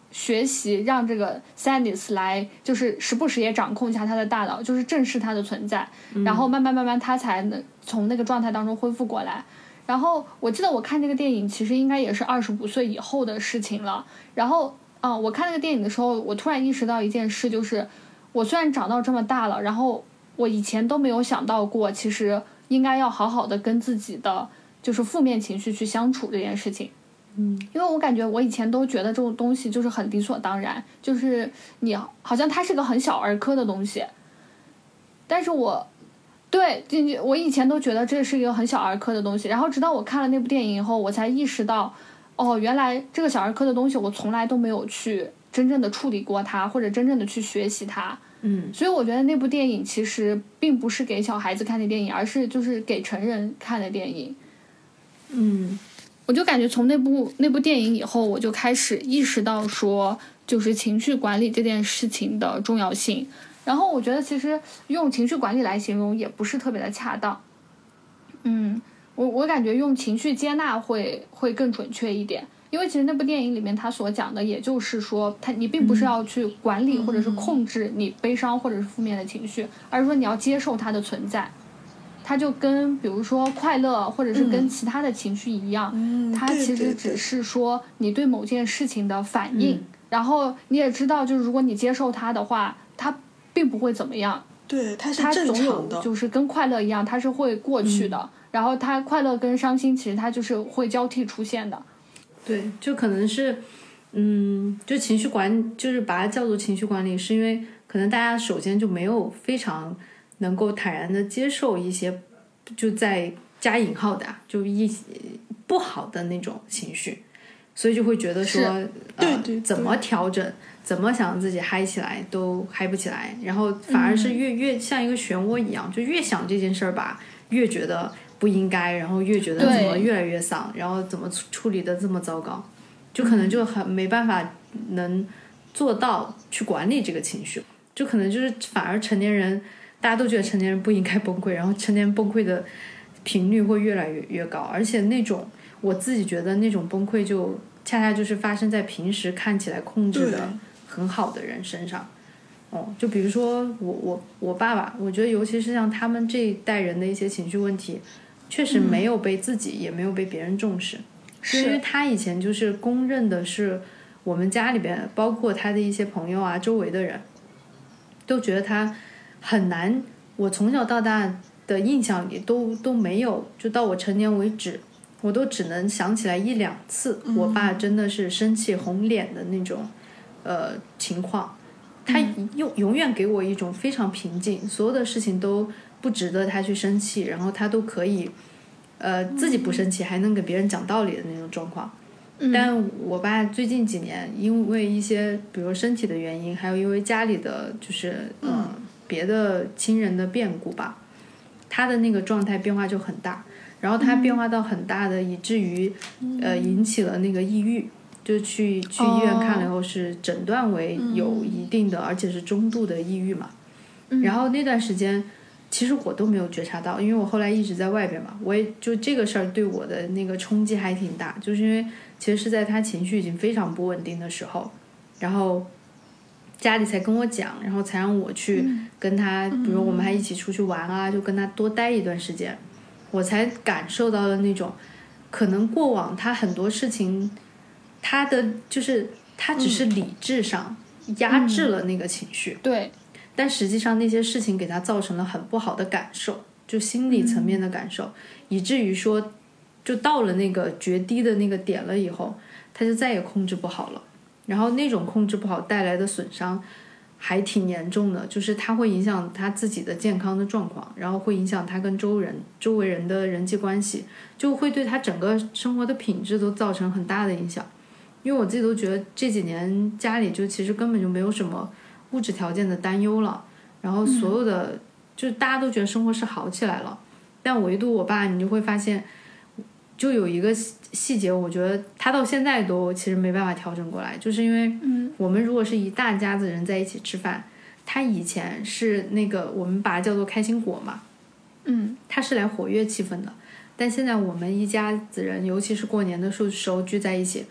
学习让这个 Sadness 来就是时不时也掌控一下他的大脑，就是正视他的存在、嗯、然后慢慢慢慢他才能从那个状态当中恢复过来。然后我记得我看这个电影其实应该也是二十五岁以后的事情了。然后啊、呃，我看那个电影的时候，我突然意识到一件事，就是我虽然长到这么大了，然后我以前都没有想到过，其实应该要好好的跟自己的就是负面情绪去相处这件事情。 嗯， 因为我感觉我以前都觉得这种东西就是很理所当然，就是你好像它是个很小儿科的东西，但是我对我以前都觉得这是一个很小儿科的东西，然后直到我看了那部电影以后，我才意识到，哦，原来这个小儿科的东西我从来都没有去真正的处理过它，或者真正的去学习它。 嗯， 所以我觉得那部电影其实并不是给小孩子看的电影，而是就是给成人看的电影。 嗯， 我就感觉从那部那部电影以后，我就开始意识到说，就是情绪管理这件事情的重要性。然后我觉得其实用情绪管理来形容也不是特别的恰当。嗯，我我感觉用情绪接纳会会更准确一点。因为其实那部电影里面他所讲的也就是说，他你并不是要去管理或者是控制你悲伤或者是负面的情绪，而是说你要接受它的存在。它就跟比如说快乐或者是跟其他的情绪一样、 嗯、 它其实只是说你对某件事情的反应、 嗯、 然后你也知道就是如果你接受它的话，它并不会怎么样。 对，它是正常的， 它总有就是跟快乐一样，它是会过去的、嗯、然后它快乐跟伤心其实它就是会交替出现的。 对，就可能是嗯，就情绪管就是把它叫做情绪管理，是因为可能大家首先就没有非常能够坦然的接受一些就在加引号的就一不好的那种情绪，所以就会觉得说呃对对对， 怎么调整怎么想自己嗨起来都嗨不起来，然后反而是越、嗯、越像一个漩涡一样，就越想这件事儿吧越觉得不应该，然后越觉得怎么越来越丧，然后怎么处理的这么糟糕，就可能就很没办法能做到去管理这个情绪，就可能就是反而成年人大家都觉得成年人不应该崩溃，然后成年人崩溃的频率会越来越越高，而且那种我自己觉得那种崩溃就恰恰就是发生在平时看起来控制的很好的人身上。哦，就比如说我我我爸爸，我觉得尤其是像他们这一代人的一些情绪问题确实没有被自己、嗯、也没有被别人重视，是因为他以前就是公认的是我们家里边包括他的一些朋友啊周围的人都觉得他很难，我从小到大的印象里都都没有，就到我成年为止我都只能想起来一两次、嗯、我爸真的是生气红脸的那种呃情况，他永永远给我一种非常平静，所有的事情都不值得他去生气，然后他都可以呃自己不生气还能给别人讲道理的那种状况、嗯、但我爸最近几年因为一些比如身体的原因，还有因为家里的就是嗯、呃、别的亲人的变故吧，他的那个状态变化就很大，然后他变化到很大的、嗯、以至于呃引起了那个抑郁，就去去医院看了以后是诊断为有一定的、嗯、而且是中度的抑郁嘛、嗯、然后那段时间其实我都没有觉察到，因为我后来一直在外边嘛，我也就这个事儿对我的那个冲击还挺大，就是因为其实是在他情绪已经非常不稳定的时候，然后家里才跟我讲，然后才让我去跟他、嗯、比如我们还一起出去玩啊、嗯、就跟他多待一段时间，我才感受到了那种可能过往他很多事情他的就是他只是理智上压制了那个情绪、嗯、 对， 但实际上那些事情给他造成了很不好的感受，就心理层面的感受、嗯、以至于说就到了那个决堤的那个点了以后他就再也控制不好了，然后那种控制不好带来的损伤还挺严重的，就是它会影响他自己的健康的状况，然后会影响他跟周人周围人的人际关系，就会对他整个生活的品质都造成很大的影响。因为我自己都觉得这几年家里就其实根本就没有什么物质条件的担忧了，然后所有的、嗯、就是大家都觉得生活是好起来了，但唯独我爸你就会发现就有一个细节，我觉得他到现在都其实没办法调整过来，就是因为我们如果是一大家子人在一起吃饭，他以前是那个我们把它叫做开心果嘛， 嗯， 他是来活跃气氛的，但现在我们一家子人尤其是过年的时候聚在一起，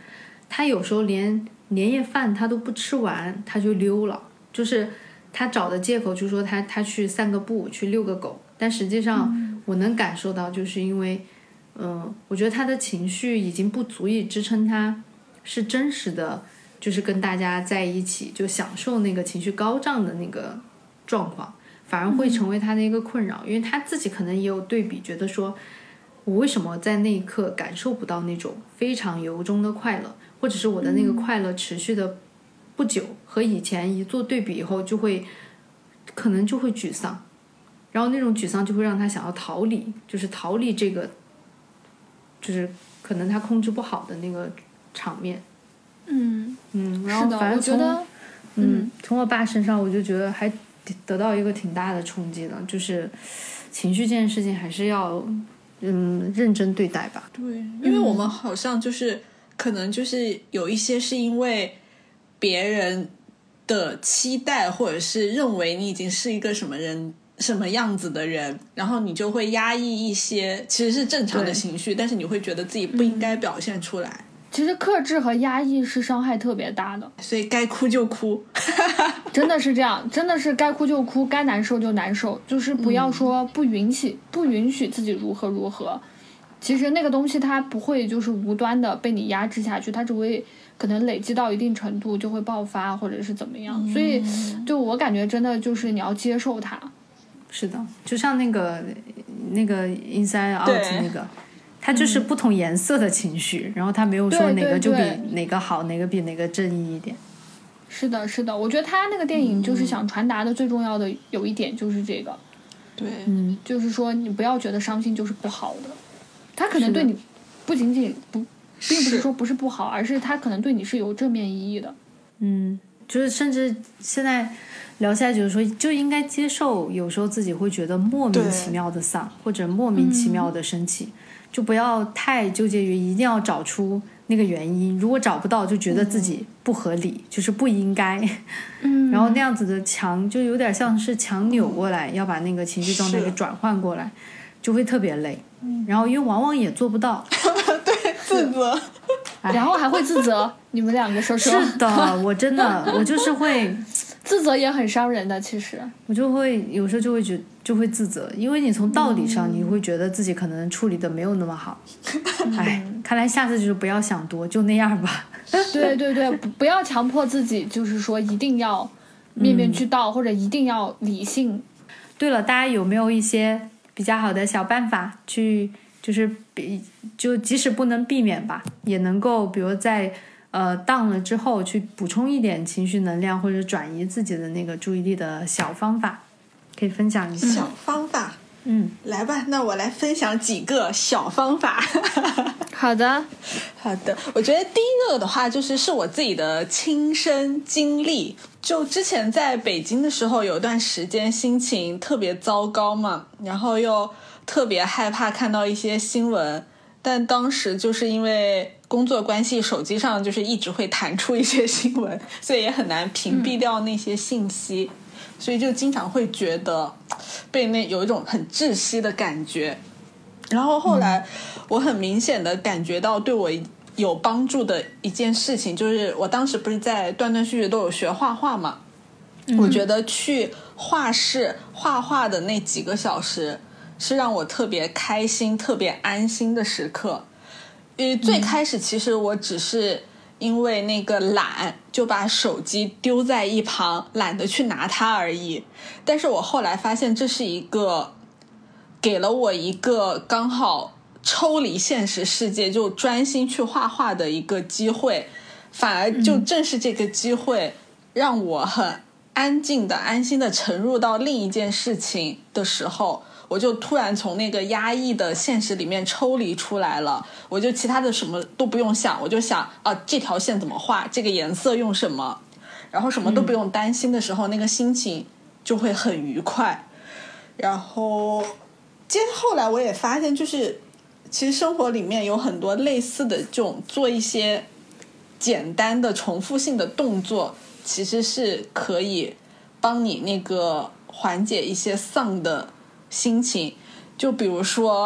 他有时候连年夜饭他都不吃完他就溜了，就是他找的借口就是说他他去散个步去遛个狗，但实际上我能感受到就是因为嗯、呃，我觉得他的情绪已经不足以支撑他是真实的就是跟大家在一起就享受那个情绪高涨的那个状况，反而会成为他的一个困扰、嗯、因为他自己可能也有对比，觉得说我为什么在那一刻感受不到那种非常由衷的快乐，或者是我的那个快乐持续的不久、嗯、和以前一做对比以后就会可能就会沮丧，然后那种沮丧就会让他想要逃离，就是逃离这个就是可能他控制不好的那个场面。 嗯嗯，然后反正从我觉得嗯从我爸身上我就觉得还得到一个挺大的冲击的，就是情绪这件事情还是要嗯认真对待吧。 对，因为我们好像就是、嗯、可能就是有一些是因为别人的期待，或者是认为你已经是一个什么人什么样子的人，然后你就会压抑一些其实是正常的情绪，但是你会觉得自己不应该表现出来、嗯、 其实克制和压抑是伤害特别大的， 所以该哭就哭真的是这样，真的是该哭就哭，该难受就难受，就是不要说不允许、嗯、不允许自己如何如何，其实那个东西它不会就是无端的被你压制下去，它只会可能累积到一定程度就会爆发或者是怎么样、嗯、所以就我感觉真的就是你要接受它。 是的，就像那个那个 Inside Out 那个它就是不同颜色的情绪、嗯、然后它没有说哪个就比哪个好，哪个比哪个正义一点。 是的是的，我觉得他那个电影就是想传达的最重要的有一点就是这个、 对、 嗯，就是说你不要觉得伤心就是不好的，他可能对你不仅仅不并不是说不是不好，而是他可能对你是有正面意义的。 嗯，就是甚至现在聊下来就是说就应该接受有时候自己会觉得莫名其妙的丧或者莫名其妙的生气、嗯、就不要太纠结于一定要找出那个原因，如果找不到就觉得自己不合理、嗯、就是不应该、嗯、然后那样子的墙就有点像是墙扭过来、嗯、要把那个情绪状态给转换过来，就会特别累、嗯、然后因为往往也做不到对，自责然后还会自责你们两个说说。 是的，我真的我就是会自责也很伤人的，其实我就会有时候就会觉就会自责，因为你从道理上你会觉得自己可能处理的没有那么好、嗯、哎，看来下次就是不要想多，就那样吧对对对，不不要强迫自己就是说一定要面面俱到、嗯、或者一定要理性。 对了，大家有没有一些比较好的小办法去就是比就即使不能避免吧，也能够比如在呃down了之后去补充一点情绪能量或者转移自己的那个注意力的小方法，可以分享一下。 小方法， 嗯， 来吧，那我来分享几个小方法好的好的，我觉得第一个的话就是是我自己的亲身经历。就之前在北京的时候有段时间心情特别糟糕嘛，然后又特别害怕看到一些新闻，但当时就是因为工作关系手机上就是一直会弹出一些新闻，所以也很难屏蔽掉那些信息、嗯、所以就经常会觉得被那有一种很窒息的感觉。然后后来我很明显的感觉到对我有帮助的一件事情，就是我当时不是在断断续续都有学画画嘛、嗯、我觉得去画室画画的那几个小时是让我特别开心特别安心的时刻。因为最开始其实我只是因为那个懒就把手机丢在一旁，懒得去拿它而已，但是我后来发现这是一个给了我一个刚好抽离现实世界就专心去画画的一个机会，反而就正是这个机会让我很安静的安心的沉入到另一件事情的时候，我就突然从那个压抑的现实里面抽离出来了，我就其他的什么都不用想，我就想啊这条线怎么画，这个颜色用什么，然后什么都不用担心的时候、嗯、那个心情就会很愉快。然后接后来我也发现就是其实生活里面有很多类似的这种做一些简单的重复性的动作，其实是可以帮你那个缓解一些丧的心情。就比如说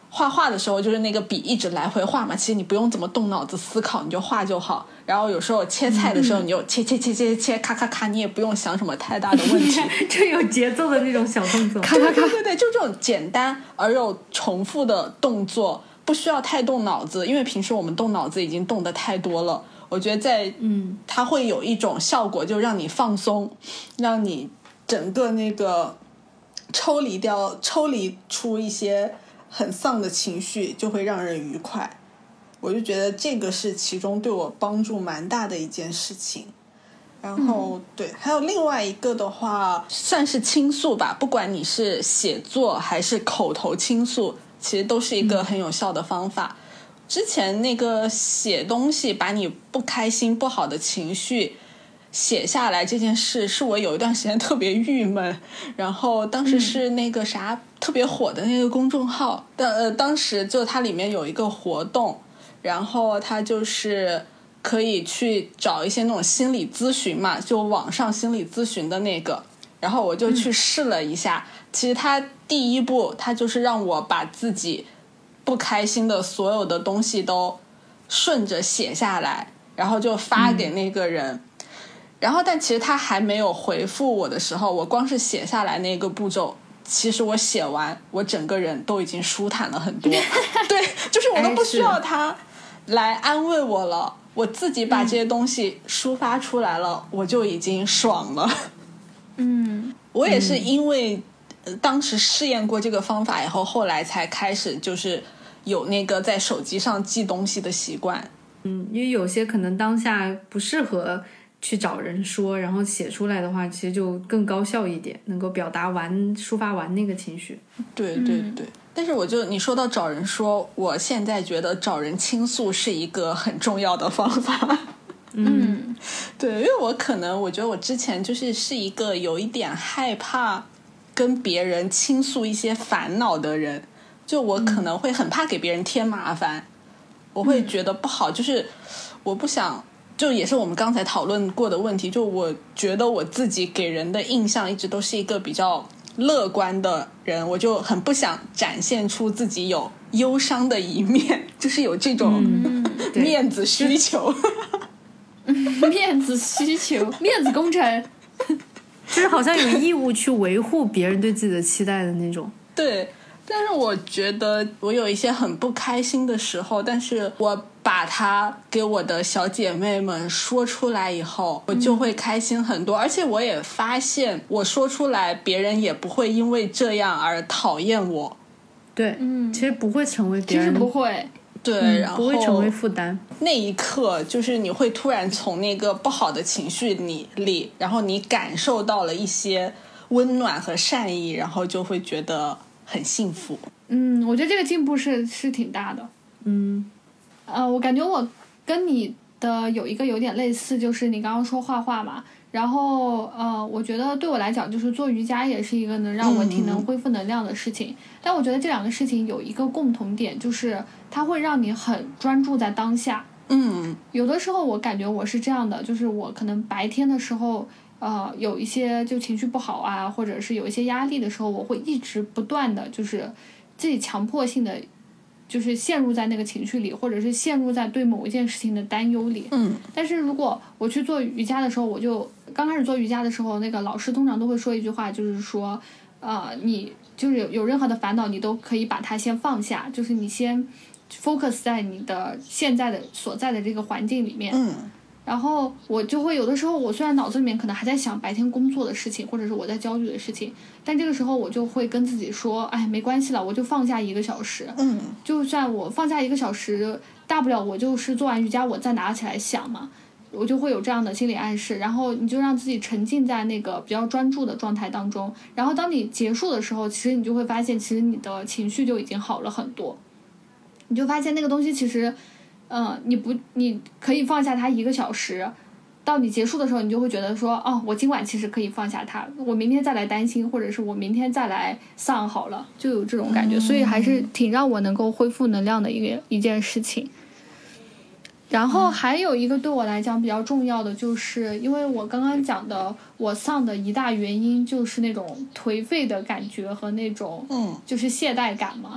画画的时候就是那个笔一直来回画嘛，其实你不用怎么动脑子思考，你就画就好。然后有时候切菜的时候，你就切切切切切，咔咔咔，你也不用想什么太大的问题， 就有节奏的那种小动作， 咔咔咔， 对对对，就这种简单而又重复的动作，不需要太动脑子，因为平时我们动脑子已经动得太多了。我觉得在嗯，它会有一种效果，就让你放松，让你整个那个抽离掉，抽离出一些很丧的情绪，就会让人愉快。我就觉得这个是其中对我帮助蛮大的一件事情。然后、嗯、对，还有另外一个的话算是倾诉吧，不管你是写作还是口头倾诉，其实都是一个很有效的方法。嗯，之前那个写东西把你不开心不好的情绪写下来这件事，是我有一段时间特别郁闷，然后当时是那个啥、嗯、特别火的那个公众号，呃，当时就它里面有一个活动，然后它就是可以去找一些那种心理咨询嘛，就网上心理咨询的那个，然后我就去试了一下、嗯、其实它第一步它就是让我把自己不开心的所有的东西都顺着写下来，然后就发给那个人、嗯、然后但其实他还没有回复我的时候，我光是写下来那个步骤，其实我写完我整个人都已经舒坦了很多对，就是我都不需要他来安慰我了，我自己把这些东西抒发出来了、嗯、我就已经爽了。 嗯， 我也是因为当时试验过这个方法以后，后来才开始就是有那个在手机上记东西的习惯。 嗯，因为有些可能当下不适合去找人说，然后写出来的话其实就更高效一点，能够表达完抒发完那个情绪。 对对对、嗯、但是我就你说到找人说，我现在觉得找人倾诉是一个很重要的方法。 嗯， 对，因为我可能我觉得我之前就是是一个有一点害怕跟别人倾诉一些烦恼的人，就我可能会很怕给别人添麻烦、嗯、我会觉得不好，就是我不想，就也是我们刚才讨论过的问题，就我觉得我自己给人的印象一直都是一个比较乐观的人，我就很不想展现出自己有忧伤的一面，就是有这种、嗯、面子需求面子需求，面子工程就是好像有义务去维护别人对自己的期待的那种。 对，但是我觉得我有一些很不开心的时候，但是我把它给我的小姐妹们说出来以后，我就会开心很多、嗯、而且我也发现我说出来别人也不会因为这样而讨厌我。 对，嗯，其实不会成为别人， 其实不会， 对、 嗯、 然后不会成为负担。 那一刻就是你会突然从那个不好的情绪里，然后你感受到了一些温暖和善意，然后就会觉得很幸福。 嗯，我觉得这个进步是是挺大的。 嗯， 呃，我感觉我跟你的有一个有点类似，就是你刚刚说画画嘛，然后呃，我觉得对我来讲，就是做瑜伽也是一个能让我挺能恢复能量的事情。嗯、但我觉得这两个事情有一个共同点，就是它会让你很专注在当下。 嗯， 有的时候我感觉我是这样的，就是我可能白天的时候，呃，有一些就情绪不好啊，或者是有一些压力的时候，我会一直不断的就是自己强迫性的。就是陷入在那个情绪里，或者是陷入在对某一件事情的担忧里。 嗯， 但是如果我去做瑜伽的时候，我就刚开始做瑜伽的时候，那个老师通常都会说一句话，就是说，呃，你就是有有任何的烦恼，你都可以把它先放下，就是你先 focus 在你的现在的所在的这个环境里面。 嗯。 然后我就会有的时候，我虽然脑子里面可能还在想白天工作的事情，或者是我在焦虑的事情，但这个时候我就会跟自己说，哎，没关系了，我就放下一个小时。 嗯， 就算我放下一个小时，大不了我就是做完瑜伽我再拿起来想嘛，我就会有这样的心理暗示，然后你就让自己沉浸在那个比较专注的状态当中，然后当你结束的时候，其实你就会发现，其实你的情绪就已经好了很多，你就发现那个东西其实。嗯，你不，你可以放下它一个小时，到你结束的时候，你就会觉得说，哦，我今晚其实可以放下它，我明天再来担心，或者是我明天再来丧好了，就有这种感觉，所以还是挺让我能够恢复能量的一个一件事情。然后还有一个对我来讲比较重要的，就是因为我刚刚讲的，我丧的一大原因就是那种颓废的感觉和那种，嗯，就是懈怠感嘛。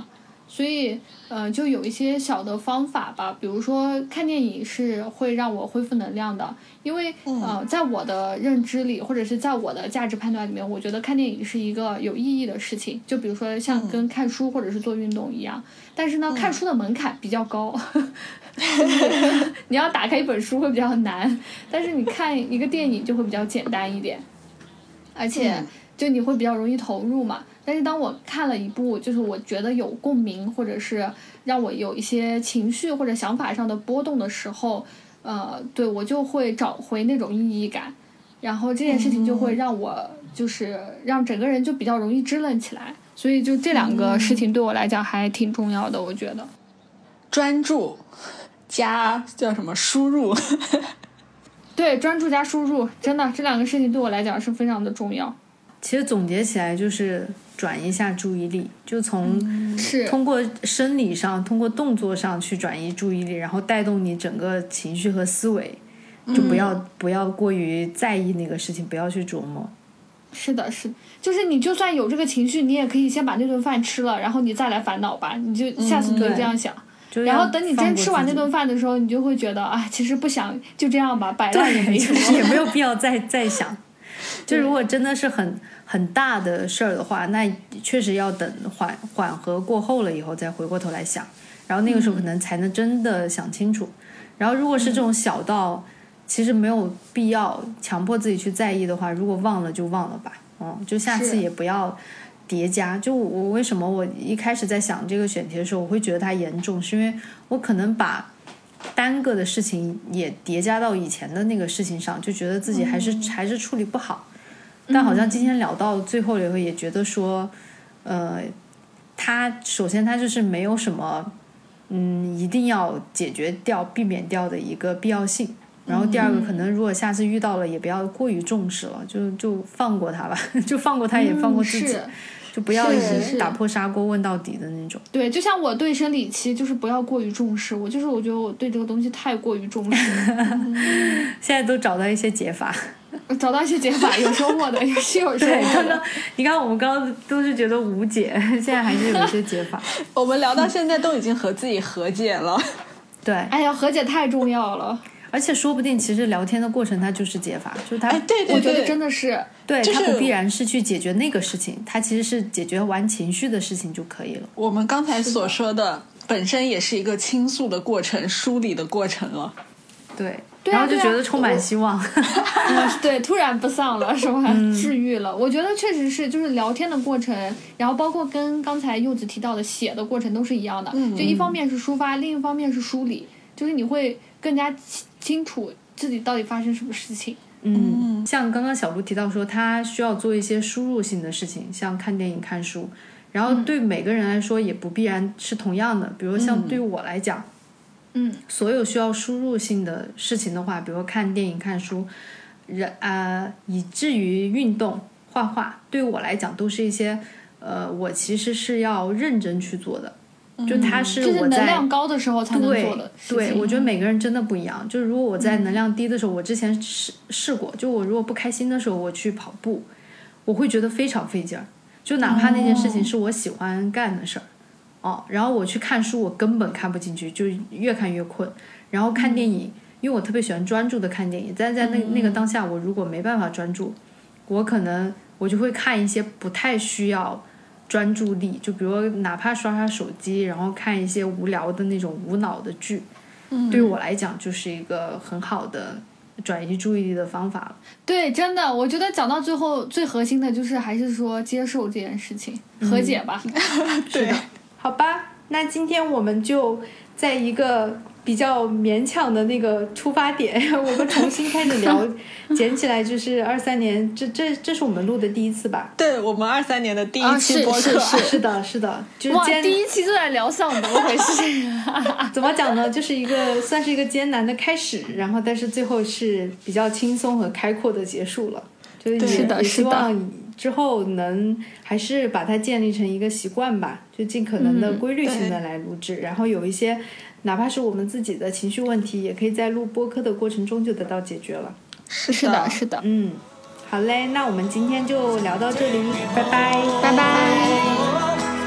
所以呃，就有一些小的方法吧，比如说看电影是会让我恢复能量的，因为呃，在我的认知里，或者是在我的价值判断里面，我觉得看电影是一个有意义的事情，就比如说像跟看书或者是做运动一样。但是呢，看书的门槛比较高，就是你要打开一本书会比较难，但是你看一个电影就会比较简单一点，而且就你会比较容易投入嘛。但是当我看了一部就是我觉得有共鸣，或者是让我有一些情绪或者想法上的波动的时候，呃，对，我就会找回那种意义感，然后这件事情就会让我就是让整个人就比较容易支棱起来。所以就这两个事情对我来讲还挺重要的，我觉得。 专注加叫什么输入？ 对，专注加输入，真的这两个事情对我来讲是非常的重要。 其实总结起来就是转移一下注意力，就从、 嗯、是通过生理上通过动作上去转移注意力，然后带动你整个情绪和思维，就不要、嗯、不要过于在意那个事情，不要去琢磨。 是的是的，就是你就算有这个情绪，你也可以先把那顿饭吃了，然后你再来烦恼吧，你就下次你就这样想、嗯、然后等你真吃完那顿饭的时候，你就会觉得啊，其实不想就这样吧，摆烂也没什么， 也没有必要再再想。就如果真的是很很大的事儿的话，那确实要等缓缓和过后了以后再回过头来想，然后那个时候可能才能真的想清楚、嗯、然后如果是这种小到其实没有必要强迫自己去在意的话，如果忘了就忘了吧，嗯，就下次也不要叠加。就我为什么我一开始在想这个选题的时候我会觉得它严重，是因为我可能把单个的事情也叠加到以前的那个事情上，就觉得自己还是、嗯、还是处理不好。但好像今天聊到最后以后也觉得说呃，他首先他就是没有什么嗯一定要解决掉避免掉的一个必要性，然后第二个可能如果下次遇到了也不要过于重视了，就就放过他吧，就放过他也放过自己、嗯、就不要一直打破砂锅问到底的那种。 对，就像我对生理期就是不要过于重视，我就是我觉得我对这个东西太过于重视嗯、 现在都找到一些解法， 找到一些解法，有收获的，也是有收获的。 你看我们刚刚都是觉得无解，现在还是有一些解法我们聊到现在都已经和自己和解了对， 哎呀，和解太重要了， 而且说不定其实聊天的过程它就是解法，就是它、 哎、对对对， 我觉得真的是对、 就是、 它不必然是去解决那个事情，它其实是解决完情绪的事情就可以了。 我们刚才所说的本身也是一个倾诉的过程，梳理的过程了。 对， 对啊、 然后就觉得充满希望对，突然不丧了是吧、嗯、治愈了。我觉得确实是，就是聊天的过程，然后包括跟刚才柚子提到的写的过程都是一样的、嗯、就一方面是抒发，另一方面是梳理，就是你会更加清楚自己到底发生什么事情。 嗯，像刚刚小鹿提到说他需要做一些输入性的事情，像看电影看书，然后对每个人来说也不必然是同样的，比如像对于我来讲嗯， 所有需要输入性的事情的话，比如看电影看书人啊、呃，以至于运动画画，对我来讲都是一些呃，我其实是要认真去做的，就它是我在、 嗯就是、能量高的时候才能做的事情。 对，对，我觉得每个人真的不一样。就是如果我在能量低的时候，嗯、我之前试试过，就我如果不开心的时候，我去跑步，我会觉得非常费劲儿。就哪怕那件事情是我喜欢干的事儿，哦，哦，然后我去看书，我根本看不进去，就越看越困。然后看电影，嗯、因为我特别喜欢专注的看电影，但在那、嗯、那个当下，我如果没办法专注，我可能我就会看一些不太需要专注力，就比如哪怕刷刷手机，然后看一些无聊的那种无脑的剧，嗯、对于我来讲就是一个很好的转移注意力的方法了。 对，真的，我觉得讲到最后最核心的就是还是说接受这件事情，嗯、和解吧。 是的，好吧，那今天我们就在一个比较勉强的那个出发点，我们重新开始聊，捡起来就是二三年，这这这是我们录的第一次吧？ 对，我们二三年的第一期播客， 啊、是, 是, 是, 是的，是的，就是哇，第一期就在聊丧，怎么回事？ 怎么讲呢？就是一个算是一个艰难的开始，然后但是最后是比较轻松和开阔的结束了，就是也是的， 也希望之后能还是把它建立成一个习惯吧，就尽可能的规律性的来录制，嗯、然后有一些哪怕是我们自己的情绪问题，也可以在录播客的过程中就得到解决了。 是的，是的， 嗯，好嘞，那我们今天就聊到这里，拜拜， 拜拜。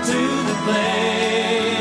to the place